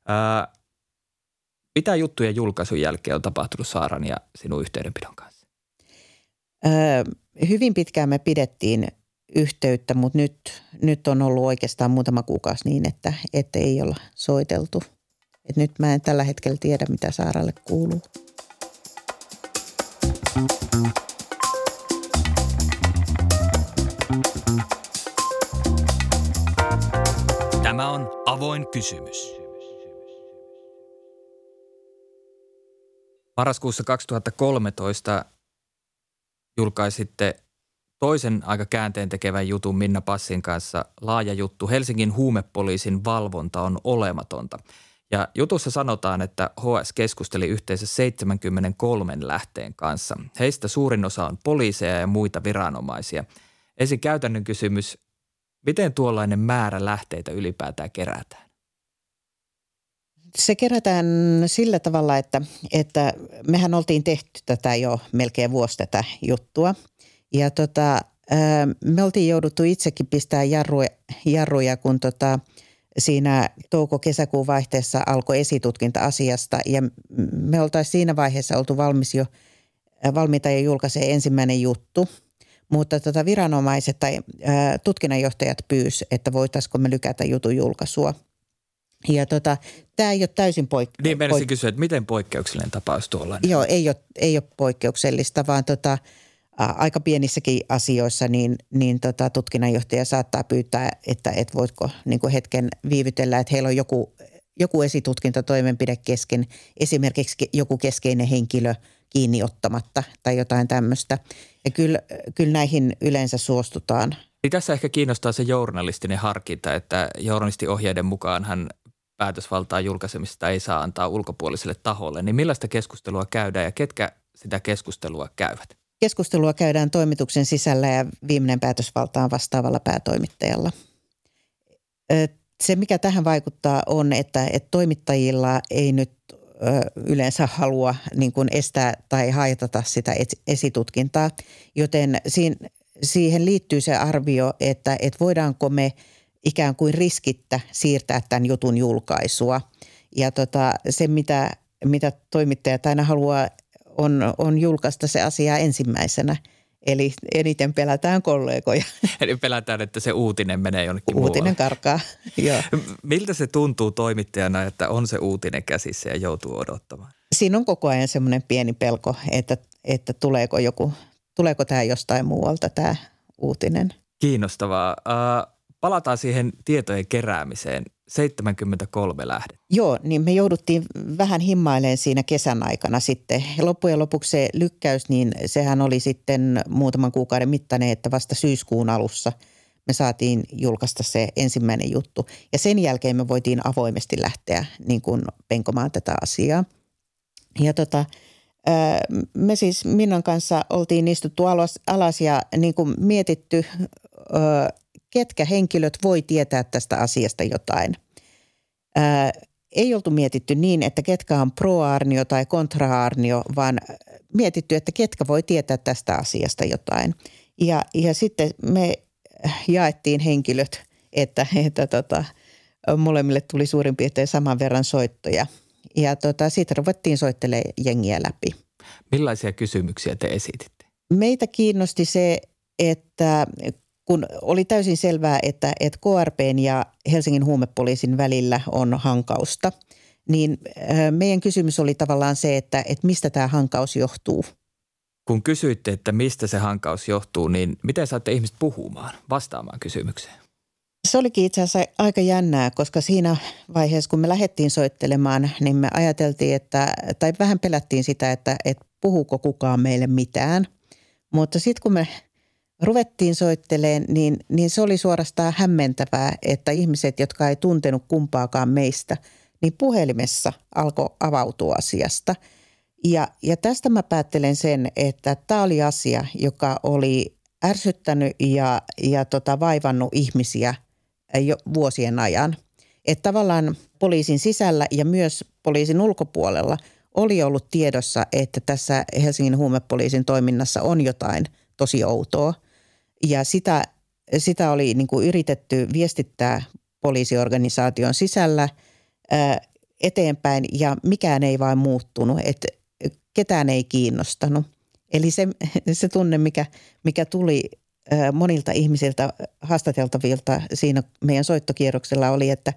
Mitä juttuja julkaisun jälkeen on tapahtunut Saaran ja sinun yhteydenpidon kanssa? Hyvin pitkään me pidettiin yhteyttä, mutta nyt on ollut oikeastaan muutama kuukausi niin, että ei olla soiteltu. Et nyt mä en tällä hetkellä tiedä, mitä Saaralle kuuluu. Tämä on avoin kysymys. Marraskuussa 2013 julkaisitte toisen aika käänteentekevän jutun Minna Passin kanssa, laaja juttu Helsingin huumepoliisin valvonta on olematonta. Ja jutussa sanotaan, että HS keskusteli yhteensä 73 lähteen kanssa. Heistä suurin osa on poliiseja ja muita viranomaisia. Ensin käytännön kysymys, miten tuollainen määrä lähteitä ylipäätään kerätään? Se kerätään sillä tavalla, että mehän oltiin tehty tätä jo melkein vuosi tätä juttua. Ja me oltiin jouduttu itsekin pistää jarruja, kun siinä touko-kesäkuun vaihteessa alkoi esitutkinta asiasta. Ja me oltaisiin siinä vaiheessa oltu valmiita jo julkaisee ensimmäinen juttu. Mutta viranomaiset tai tutkinnanjohtajat pyysi, että voitaisiinko me lykätä jutun julkaisua. Ja tämä ei ole täysin Niin menisin kysyä, että miten poikkeuksellinen tapaus tuollainen? Joo, ei ole poikkeuksellista, vaan aika pienissäkin asioissa niin tutkinnanjohtaja saattaa pyytää, että voitko niin kuin hetken viivytellä, että heillä on joku esitutkintatoimenpide kesken, esimerkiksi joku keskeinen henkilö kiinni ottamatta tai jotain tämmöistä. Ja kyllä näihin yleensä suostutaan. Tässä ehkä kiinnostaa se journalistinen harkinta, että journalistiohjeiden mukaanhan päätösvaltaa julkaisemista ei saa antaa ulkopuoliselle taholle. Niin millaista keskustelua käydään ja ketkä sitä keskustelua käyvät? Keskustelua käydään toimituksen sisällä ja viimeinen päätösvalta on vastaavalla päätoimittajalla. Se, mikä tähän vaikuttaa, on, että toimittajilla ei nyt yleensä halua niin kuin estää tai haitata sitä esitutkintaa, joten siihen liittyy se arvio, että voidaanko me ikään kuin riskittä siirtää tämän jutun julkaisua. Ja se, mitä toimittajat aina haluaa on julkaista se asia ensimmäisenä. Eli eniten pelätään kollegoja. Eli pelätään, että se uutinen menee jonnekin Uutinen muualle. karkaa, joo. Miltä se tuntuu toimittajana, että on se uutinen käsissä ja joutuu odottamaan? Siinä on koko ajan semmoinen pieni pelko, että tuleeko tämä jostain muualta tämä uutinen. Kiinnostavaa. Palataan siihen tietojen keräämiseen. 73 lähde. Joo, niin me jouduttiin vähän himmailemaan siinä kesän aikana sitten. Loppujen lopuksi se lykkäys, niin sehän oli sitten muutaman kuukauden mittainen, että vasta syyskuun alussa me saatiin julkaista se ensimmäinen juttu. Ja sen jälkeen me voitiin avoimesti lähteä niin kuin penkomaan tätä asiaa. Ja me siis Minnan kanssa oltiin istuttu alas ja niin kuin mietitty, ketkä henkilöt voi tietää tästä asiasta jotain. Ei oltu mietitty niin, että ketkä on pro-Aarnio tai kontra-Aarnio, vaan mietitty, että ketkä voi tietää tästä asiasta jotain. Ja sitten me jaettiin henkilöt, että molemmille tuli suurin piirtein saman verran soittoja. Ja siitä ruvettiin soittelemaan jengiä läpi. Millaisia kysymyksiä te esititte? Meitä kiinnosti se, että kun oli täysin selvää, että KRP:n ja Helsingin huumepoliisin välillä on hankausta, niin meidän kysymys oli tavallaan se, että mistä tämä hankaus johtuu. Kun kysyitte, että mistä se hankaus johtuu, niin miten saatte ihmiset puhumaan, vastaamaan kysymykseen? Se olikin itse asiassa aika jännää, koska siinä vaiheessa, kun me lähdettiin soittelemaan, niin me ajateltiin, tai vähän pelättiin sitä, että puhuuko kukaan meille mitään. Mutta sitten kun me ruvettiin soittelemaan, niin se oli suorastaan hämmentävää, että ihmiset, jotka ei tuntenut kumpaakaan meistä, niin puhelimessa alkoi avautua asiasta. Ja tästä mä päättelen sen, että tämä oli asia, joka oli ärsyttänyt ja vaivannut ihmisiä jo vuosien ajan. Että tavallaan poliisin sisällä ja myös poliisin ulkopuolella oli ollut tiedossa, että tässä Helsingin huumepoliisin toiminnassa on jotain tosi outoa. Ja sitä oli niin kuin yritetty viestittää poliisiorganisaation sisällä eteenpäin ja mikään ei vain muuttunut, että ketään ei kiinnostanut. Eli se tunne, mikä tuli monilta ihmisiltä haastateltavilta siinä meidän soittokierroksella oli, että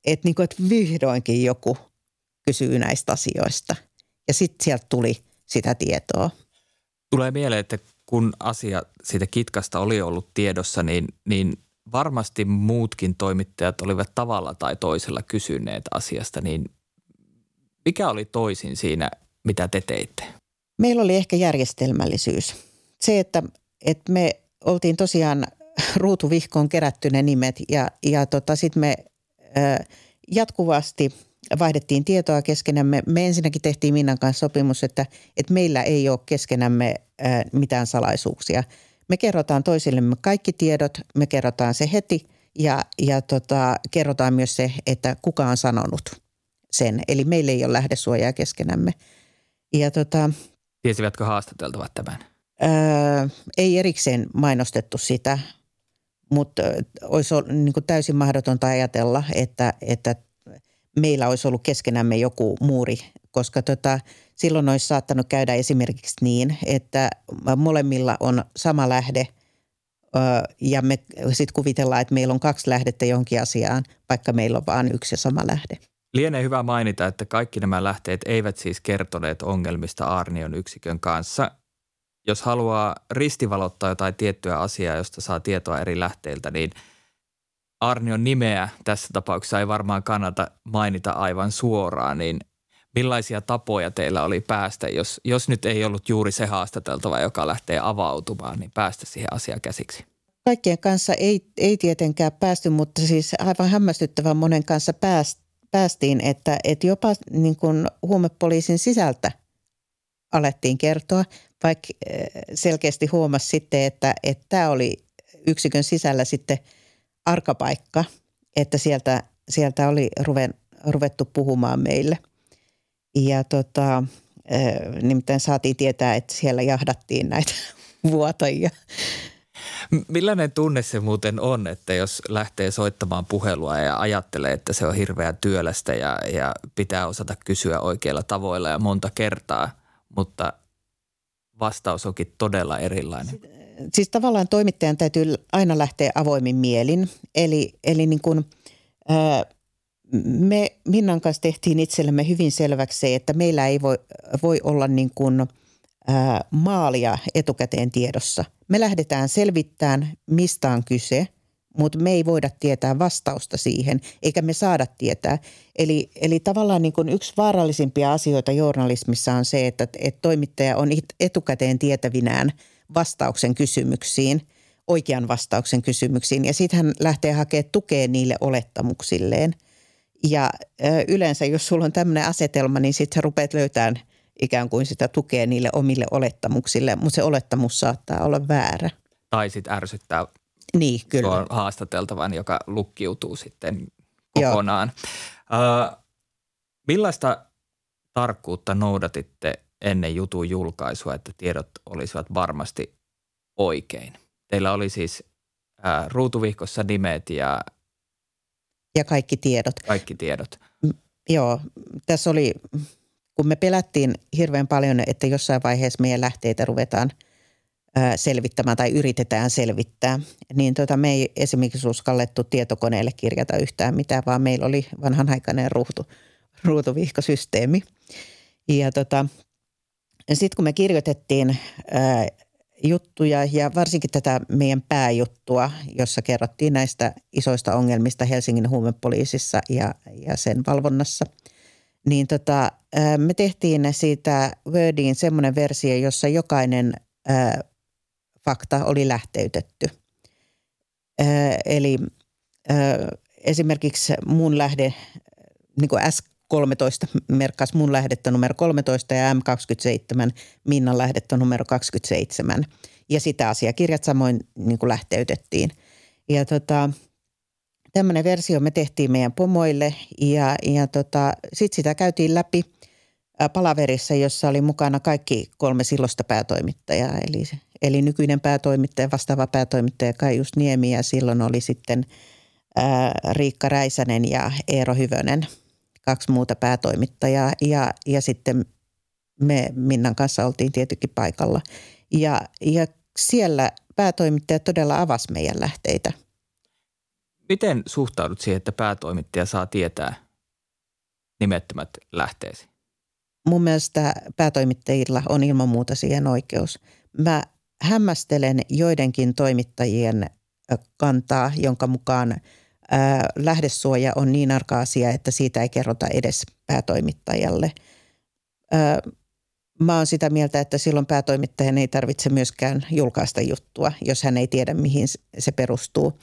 vihdoinkin joku kysyy näistä asioista. Ja sitten sieltä tuli sitä tietoa. Tulee mieleen, että kun asia siitä kitkasta oli ollut tiedossa, niin varmasti muutkin toimittajat olivat tavalla tai toisella kysyneet asiasta. Niin mikä oli toisin siinä, mitä te teitte? Meillä oli ehkä järjestelmällisyys. Se, että me oltiin tosiaan ruutuvihkoon kerätty ne nimet ja sitten me jatkuvasti vaihdettiin tietoa keskenämme. Me ensinnäkin tehtiin Minnan kanssa sopimus, että meillä ei ole keskenämme mitään salaisuuksia. Me kerrotaan toisillemme kaikki tiedot, me kerrotaan se heti ja kerrotaan myös se, että kuka on sanonut sen. Eli meillä ei ole lähdesuojaa keskenämme. Ja tiesivätkö haastateltavat tämän? Ei erikseen mainostettu sitä, mutta olisi ollut niin kuin täysin mahdotonta ajatella, että meillä olisi ollut keskenämme joku muuri, koska silloin olisi saattanut käydä esimerkiksi niin, että molemmilla on sama lähde ja me sitten kuvitellaan, että meillä on 2 lähdettä johonkin asiaan, vaikka meillä on vain yksi ja sama lähde. Lienee hyvä mainita, että kaikki nämä lähteet eivät siis kertoneet ongelmista Aarnion yksikön kanssa. Jos haluaa ristivalottaa jotain tiettyä asiaa, josta saa tietoa eri lähteiltä, niin Aarnion nimeä tässä tapauksessa ei varmaan kannata mainita aivan suoraan, niin millaisia tapoja teillä oli päästä, jos nyt ei ollut juuri se haastateltava, joka lähtee avautumaan, niin päästä siihen asiaan käsiksi? Kaikkien kanssa ei tietenkään päästy, mutta siis aivan hämmästyttävän monen kanssa päästiin, että jopa niin kuin huumepoliisin sisältä alettiin kertoa, vaikka selkeästi huomasi sitten, että tämä oli yksikön sisällä sitten arkapaikka, että sieltä oli ruvettu puhumaan meille. Ja nimittäin saatiin tietää, että siellä jahdattiin näitä vuotajia. Millainen tunne se muuten on, että jos lähtee soittamaan puhelua ja ajattelee, että se on hirveän työlästä ja pitää osata kysyä oikeilla tavoilla ja monta kertaa, mutta vastaus onkin todella erilainen. Siis tavallaan toimittajan täytyy aina lähteä avoimin mielin. Eli niin kuin, me Minnan kanssa tehtiin itsellemme hyvin selväksi se, että meillä ei voi olla niin kuin, maalia etukäteen tiedossa. Me lähdetään selvittämään, mistä on kyse, mutta me ei voida tietää vastausta siihen, eikä me saada tietää. Eli tavallaan niin kuin yksi vaarallisimpia asioita journalismissa on se, että toimittaja on etukäteen tietävinään vastauksen kysymyksiin, oikean vastauksen kysymyksiin, ja sitten hän lähtee hakemaan tukea niille olettamuksilleen. Ja yleensä, jos sulla on tämmöinen asetelma, niin sitten sä rupeat löytämään ikään kuin sitä tukea niille omille olettamuksille, mutta se olettamus saattaa olla väärä. Tai sitten ärsyttää niin, kyllä. tuon haastateltavan, joka lukkiutuu sitten kokonaan. Millaista tarkkuutta noudatitte ennen jutun julkaisua, että tiedot olisivat varmasti oikein? Teillä oli siis ruutuvihkossa nimet ja kaikki tiedot. Kaikki tiedot. Joo, tässä oli, kun me pelättiin hirveän paljon, että jossain vaiheessa meidän lähteitä ruvetaan selvittämään tai yritetään selvittää, niin me ei esimerkiksi uskallettu tietokoneelle kirjata yhtään mitään, vaan meillä oli vanhanaikainen ruutuvihkosysteemi. Ja sitten kun me kirjoitettiin juttuja ja varsinkin tätä meidän pääjuttua, jossa kerrottiin näistä isoista ongelmista Helsingin huumepoliisissa ja sen valvonnassa, niin me tehtiin siitä Wordiin semmoinen versio, jossa jokainen fakta oli lähteytetty. Eli esimerkiksi mun lähde, niin kuin S13 merkkasi mun lähdettä numero 13 ja M27 Minnan lähdettä numero 27. Ja sitä asiakirjat samoin niin kuin lähteytettiin. Ja tämmöinen versio me tehtiin meidän pomoille ja sitten sitä käytiin läpi palaverissa, jossa oli mukana kaikki 3 silloista päätoimittajaa. Eli nykyinen päätoimittaja, vastaava päätoimittaja Kaijus Niemi ja silloin oli sitten Riikka Räisänen ja Eero Hyvönen, 2 muuta päätoimittajaa ja sitten me Minnan kanssa oltiin tietenkin paikalla. Ja siellä päätoimittaja todella avasi meidän lähteitä. Miten suhtaudut siihen, että päätoimittaja saa tietää nimettömät lähteesi? Mun mielestä päätoimittajilla on ilman muuta siihen oikeus. Mä hämmästelen joidenkin toimittajien kantaa, jonka mukaan lähdesuoja on niin arka asia, että siitä ei kerrota edes päätoimittajalle. Mä oon sitä mieltä, että silloin päätoimittajan ei tarvitse myöskään julkaista juttua, jos hän ei tiedä, mihin se perustuu.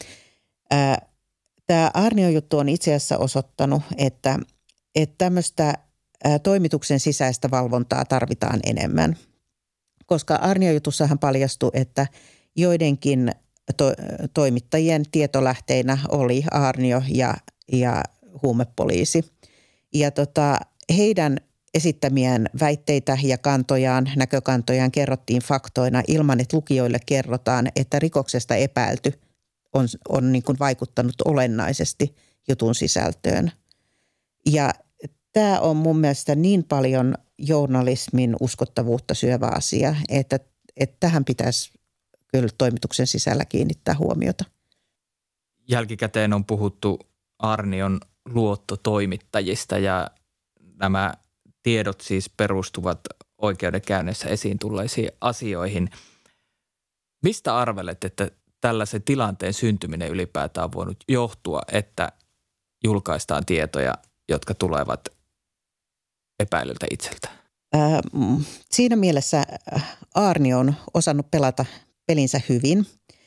Tämä Aarnio-juttu on itse asiassa osoittanut, että tämmöistä toimituksen sisäistä valvontaa tarvitaan enemmän, koska Aarnio-jutussahan paljastui, että joidenkin toimittajien tietolähteinä oli Aarnio ja huumepoliisi. Ja heidän esittämiään väitteitä ja näkökantojaan kerrottiin faktoina ilman, että lukijoille kerrotaan, että rikoksesta epäilty on niin kuin vaikuttanut olennaisesti jutun sisältöön. Ja tämä on mun mielestä niin paljon journalismin uskottavuutta syövä asia, että tähän pitäisi kyllä toimituksen sisällä kiinnittää huomiota. Jälkikäteen on puhuttu Aarnion luottotoimittajista ja nämä tiedot siis perustuvat oikeudenkäynnissä esiin tulleisiin asioihin. Mistä arvelet, että tällaisen tilanteen syntyminen ylipäätään on voinut johtua, että julkaistaan tietoja, jotka tulevat epäilyltä itseltä? Siinä mielessä Aarnio on osannut pelata pelinsä hyvin.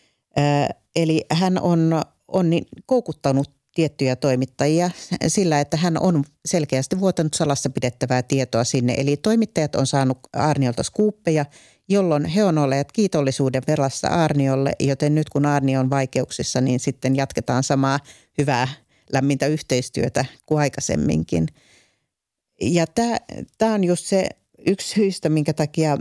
Eli hän on koukuttanut tiettyjä toimittajia sillä, että hän on selkeästi vuotanut salassa pidettävää tietoa sinne. Eli toimittajat on saanut Aarniolta skuuppeja, jolloin he on olleet kiitollisuuden verrassa Aarniolle, joten nyt kun Aarnio on vaikeuksissa, niin sitten jatketaan samaa hyvää lämmintä yhteistyötä kuin aikaisemminkin. Ja tämä on just se yksi syistä, minkä takia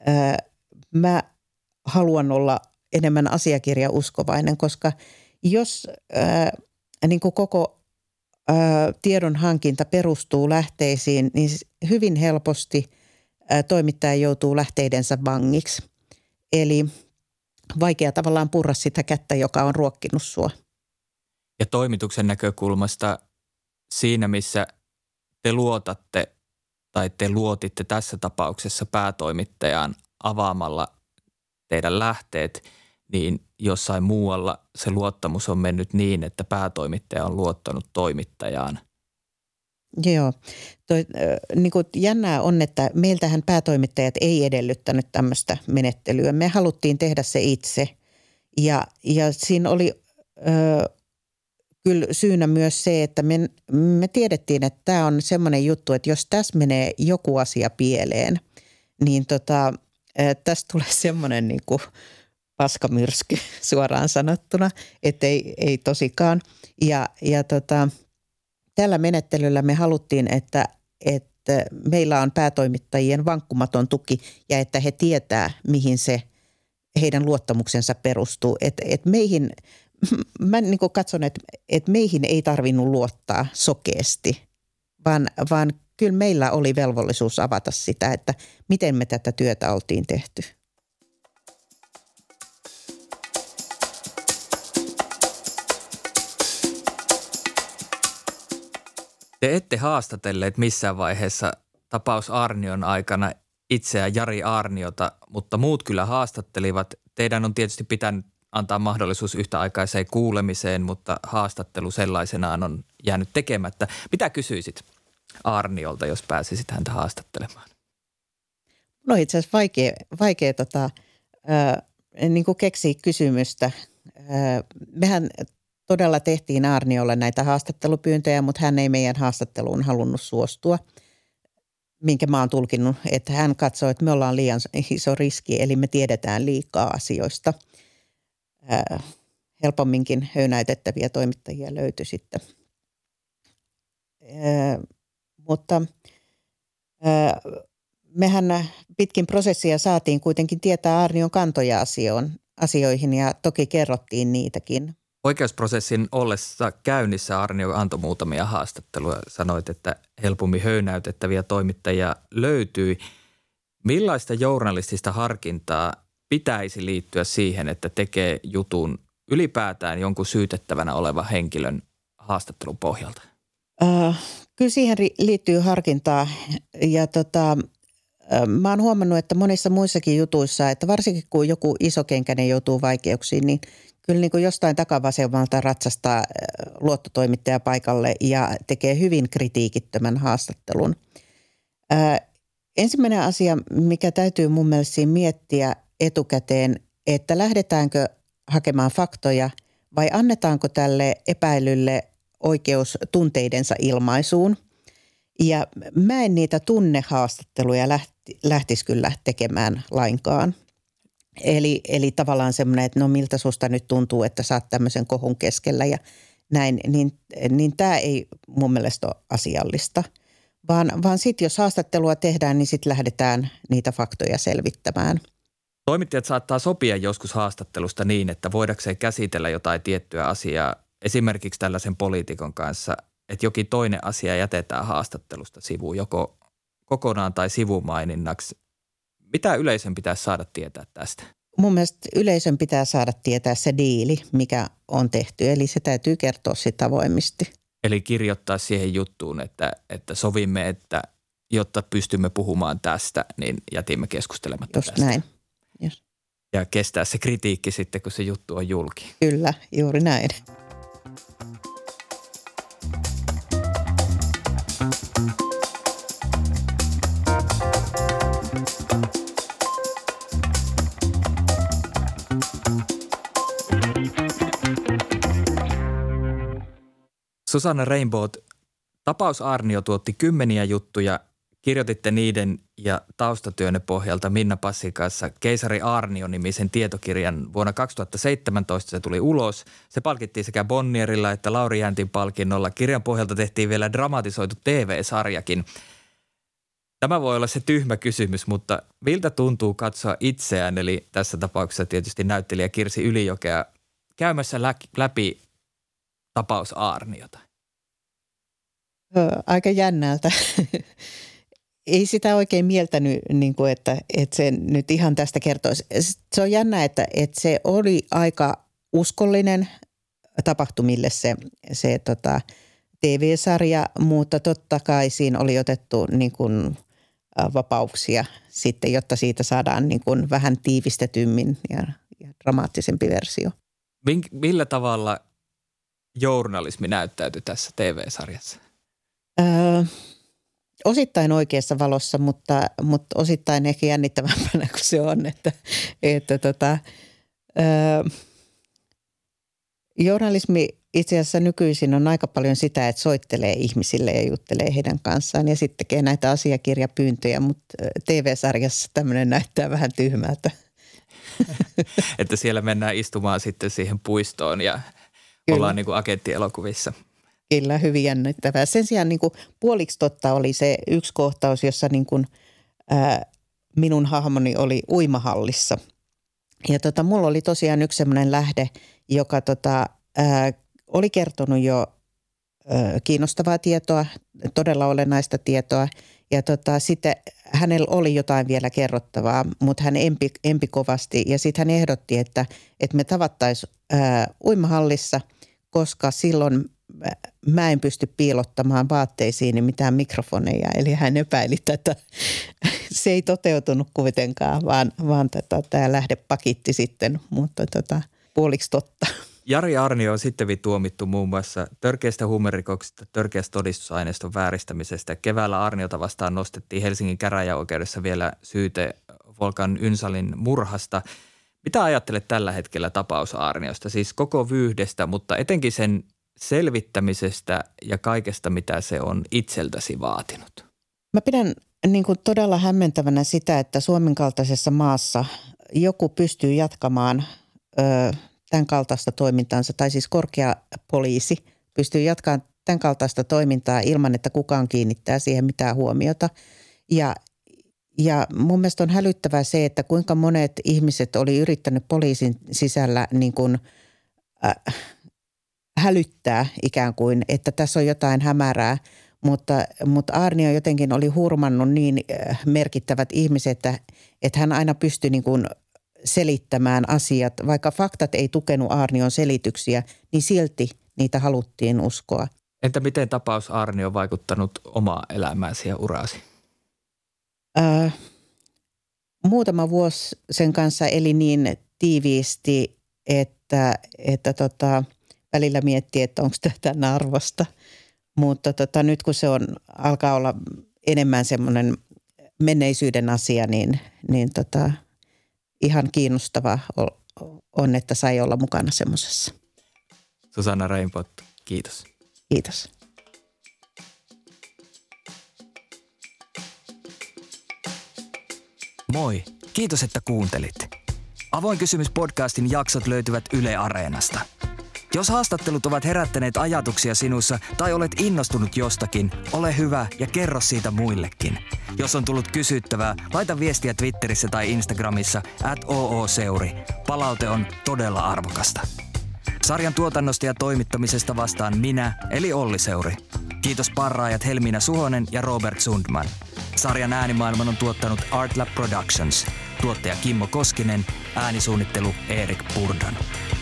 mä haluan olla enemmän asiakirjauskovainen, koska jos niin kuin koko tiedon hankinta perustuu lähteisiin, niin hyvin helposti toimittaja joutuu lähteidensä vangiksi. Eli vaikea tavallaan purra sitä kättä, joka on ruokkinut sua. Ja toimituksen näkökulmasta siinä, missä te luotatte tai te luotitte tässä tapauksessa päätoimittajaan avaamalla teidän lähteet, niin jossain muualla se luottamus on mennyt niin, että päätoimittaja on luottanut toimittajaan. Joo. Niin kuin jännää on, että meiltähän päätoimittajat ei edellyttänyt tämmöistä menettelyä. Me haluttiin tehdä se itse ja siinä oli kyllä syynä myös se, että me tiedettiin, että tämä on semmoinen juttu, että jos tässä menee joku asia pieleen, niin tästä tulee semmoinen niin kuin paskamyrsky suoraan sanottuna, että ei tosikaan. Ja tällä menettelyllä me haluttiin, että meillä on päätoimittajien vankkumaton tuki ja että he tietää, mihin se heidän luottamuksensa perustuu. Et meihin, mä niin kuin katson, että meihin ei tarvinnut luottaa sokeasti, vaan kyllä meillä oli velvollisuus avata sitä, että miten me tätä työtä oltiin tehty. Te ette haastatelleet missään vaiheessa tapaus Aarnion aikana itseä Jari Aarniota, mutta muut kyllä haastattelivat. Teidän on tietysti pitänyt antaa mahdollisuus yhtäaikaiseen kuulemiseen, mutta haastattelu sellaisenaan on jäänyt tekemättä. Mitä kysyisit Aarniolta, jos pääsisit häntä haastattelemaan? No itse asiassa vaikea niin kuin keksiä kysymystä. Mehän todella tehtiin Aarniolle näitä haastattelupyyntöjä, mutta hän ei meidän haastatteluun halunnut suostua, minkä mä oon tulkinnut, että hän katsoo, että me ollaan liian iso riski, eli me tiedetään liikaa asioista. Helpomminkin höynäytettäviä toimittajia löytyi sitten. Mutta mehän pitkin prosessia saatiin kuitenkin tietää Aarnion kantoja asioihin ja toki kerrottiin niitäkin. Oikeusprosessin ollessa käynnissä Aarnio antoi muutamia haastatteluja. Sanoit, että helpommin höynäytettäviä toimittajia löytyi. Millaista journalistista harkintaa pitäisi liittyä siihen, että tekee jutun ylipäätään jonkun syytettävänä oleva henkilön haastattelun pohjalta? Kyllä siihen liittyy harkintaa ja mä oon huomannut, että monissa muissakin jutuissa, että varsinkin kun joku isokenkäinen joutuu vaikeuksiin, niin kyllä niin kuin jostain takavasemmalta ratsastaa luottotoimittaja paikalle ja tekee hyvin kritiikittömän haastattelun. Ensimmäinen asia, mikä täytyy mun mielestä siinä miettiä etukäteen, että lähdetäänkö hakemaan faktoja vai annetaanko tälle epäilylle oikeus tunteidensa ilmaisuun. Ja mä en niitä tunnehaastatteluja lähtisi kyllä tekemään lainkaan. Eli tavallaan semmoinen, että no miltä susta nyt tuntuu, että sä oot tämmöisen kohun keskellä ja näin, niin tämä ei mun mielestä ole asiallista. Vaan sitten jos haastattelua tehdään, niin sitten lähdetään niitä faktoja selvittämään. Toimittajat saattaa sopia joskus haastattelusta niin, että voidakseen käsitellä jotain tiettyä asiaa, esimerkiksi tällaisen poliitikon kanssa, että jokin toinen asia jätetään haastattelusta sivuun, joko kokonaan tai sivumaininnaksi. Mitä yleisön pitäisi saada tietää tästä? Mun mielestä yleisön pitää saada tietää se diili, mikä on tehty, eli se täytyy kertoa sitä avoimesti. Eli kirjoittaa siihen juttuun, että sovimme, että jotta pystymme puhumaan tästä, niin jätimme keskustelematta just tästä. Näin. Just. Ja kestää se kritiikki sitten, kun se juttu on julki. Kyllä, juuri näin. Susanna Rainbow, tapaus Aarnio tuotti kymmeniä juttuja. Kirjoititte niiden ja taustatyönne pohjalta Minna Passin kanssa Keisari Aarnio-nimisen tietokirjan. Vuonna 2017 se tuli ulos. Se palkittiin sekä Bonnierilla että Lauri Jäntin palkinnolla. Kirjan pohjalta tehtiin vielä dramatisoitu TV-sarjakin. Tämä voi olla se tyhmä kysymys, mutta miltä tuntuu katsoa itseään, eli tässä tapauksessa tietysti näyttelijä Kirsi Ylijokea, käymässä läpi tapaus Aarniota? Aika jännältä. ei sitä oikein mieltänyt, niin kuin, että se nyt ihan tästä kertoisi. Se on jännä, että se oli aika uskollinen tapahtumille se TV-sarja, mutta totta kai siinä oli otettu niin kuin vapauksia sitten, jotta siitä saadaan niin kuin vähän tiivistetymmin ja dramaattisempi versio. Millä tavalla journalismi näyttäytyi tässä TV-sarjassa? Osittain oikeassa valossa, mutta osittain ehkä jännittävämpänä kuin se on, journalismi itse asiassa nykyisin on aika paljon sitä, että soittelee ihmisille ja juttelee heidän kanssaan ja sitten tekee näitä asiakirjapyyntöjä, mutta TV-sarjassa tämmöinen näyttää vähän tyhmältä. Että siellä mennään istumaan sitten siihen puistoon ja Kyllä. ollaan niin kuin agenttielokuvissa. Kyllä, hyvin jännittävää. Sen sijaan niin kuin puoliksi totta oli se yksi kohtaus, jossa niin kuin, minun hahmoni oli uimahallissa. Ja mulla oli tosiaan yksi semmoinen lähde, joka oli kertonut jo kiinnostavaa tietoa, todella olennaista tietoa. Ja sitten hänellä oli jotain vielä kerrottavaa, mutta hän empi kovasti. Ja sitten hän ehdotti, että me tavattaisiin uimahallissa, koska silloin mä en pysty piilottamaan vaatteisiin mitään mikrofoneja. Eli hän epäili tätä. Se ei toteutunut kuitenkaan, vaan tämä lähde pakitti sitten, mutta puoliksi totta. Jari Aarnio on sitten tuomittu muun muassa törkeistä huumerikoksista, törkeästä todistusaineiston vääristämisestä. Keväällä Aarniota vastaan nostettiin Helsingin käräjäoikeudessa vielä syyte Volkan Ynsalin murhasta. Mitä ajattelet tällä hetkellä tapaus Aarniosta? Siis koko vyyhdestä, mutta etenkin sen selvittämisestä ja kaikesta, mitä se on itseltäsi vaatinut. Mä pidän niin kuin todella hämmentävänä sitä, että Suomen kaltaisessa maassa joku pystyy jatkamaan tämän kaltaista toimintaansa, tai siis korkea poliisi pystyy jatkamaan tämän kaltaista toimintaa ilman, että kukaan kiinnittää siihen mitään huomiota. Ja mun mielestä on hälyttävää se, että kuinka monet ihmiset oli yrittänyt poliisin sisällä niin kuin, hälyttää ikään kuin, että tässä on jotain hämärää, mutta Aarnio jotenkin oli hurmannut niin merkittävät ihmiset, että hän aina pystyi niin kuin selittämään asiat. Vaikka faktat ei tukenut Aarnion selityksiä, niin silti niitä haluttiin uskoa. Entä miten tapaus Aarnio on vaikuttanut omaa elämääsi ja uraasi? Muutama vuosi sen kanssa eli niin tiiviisti, että välillä miettii, että onko tämä tämän arvosta. Mutta nyt kun se alkaa olla enemmän semmoinen menneisyyden asia, niin ihan kiinnostavaa on, että sai olla mukana semmoisessa. Susanna Reinpot, kiitos. Kiitos. Moi, kiitos että kuuntelit. Avoin kysymys -podcastin jaksot löytyvät Yle Areenasta. Jos haastattelut ovat herättäneet ajatuksia sinussa tai olet innostunut jostakin, ole hyvä ja kerro siitä muillekin. Jos on tullut kysyttävää, laita viestiä Twitterissä tai Instagramissa @ooseuri. Palaute on todella arvokasta. Sarjan tuotannosta ja toimittamisesta vastaan minä, eli Olli Seuri. Kiitos parraajat Helmiina Suhonen ja Robert Sundman. Sarjan äänimaailman on tuottanut Artlab Productions. Tuottaja Kimmo Koskinen, äänisuunnittelu Erik Purdon.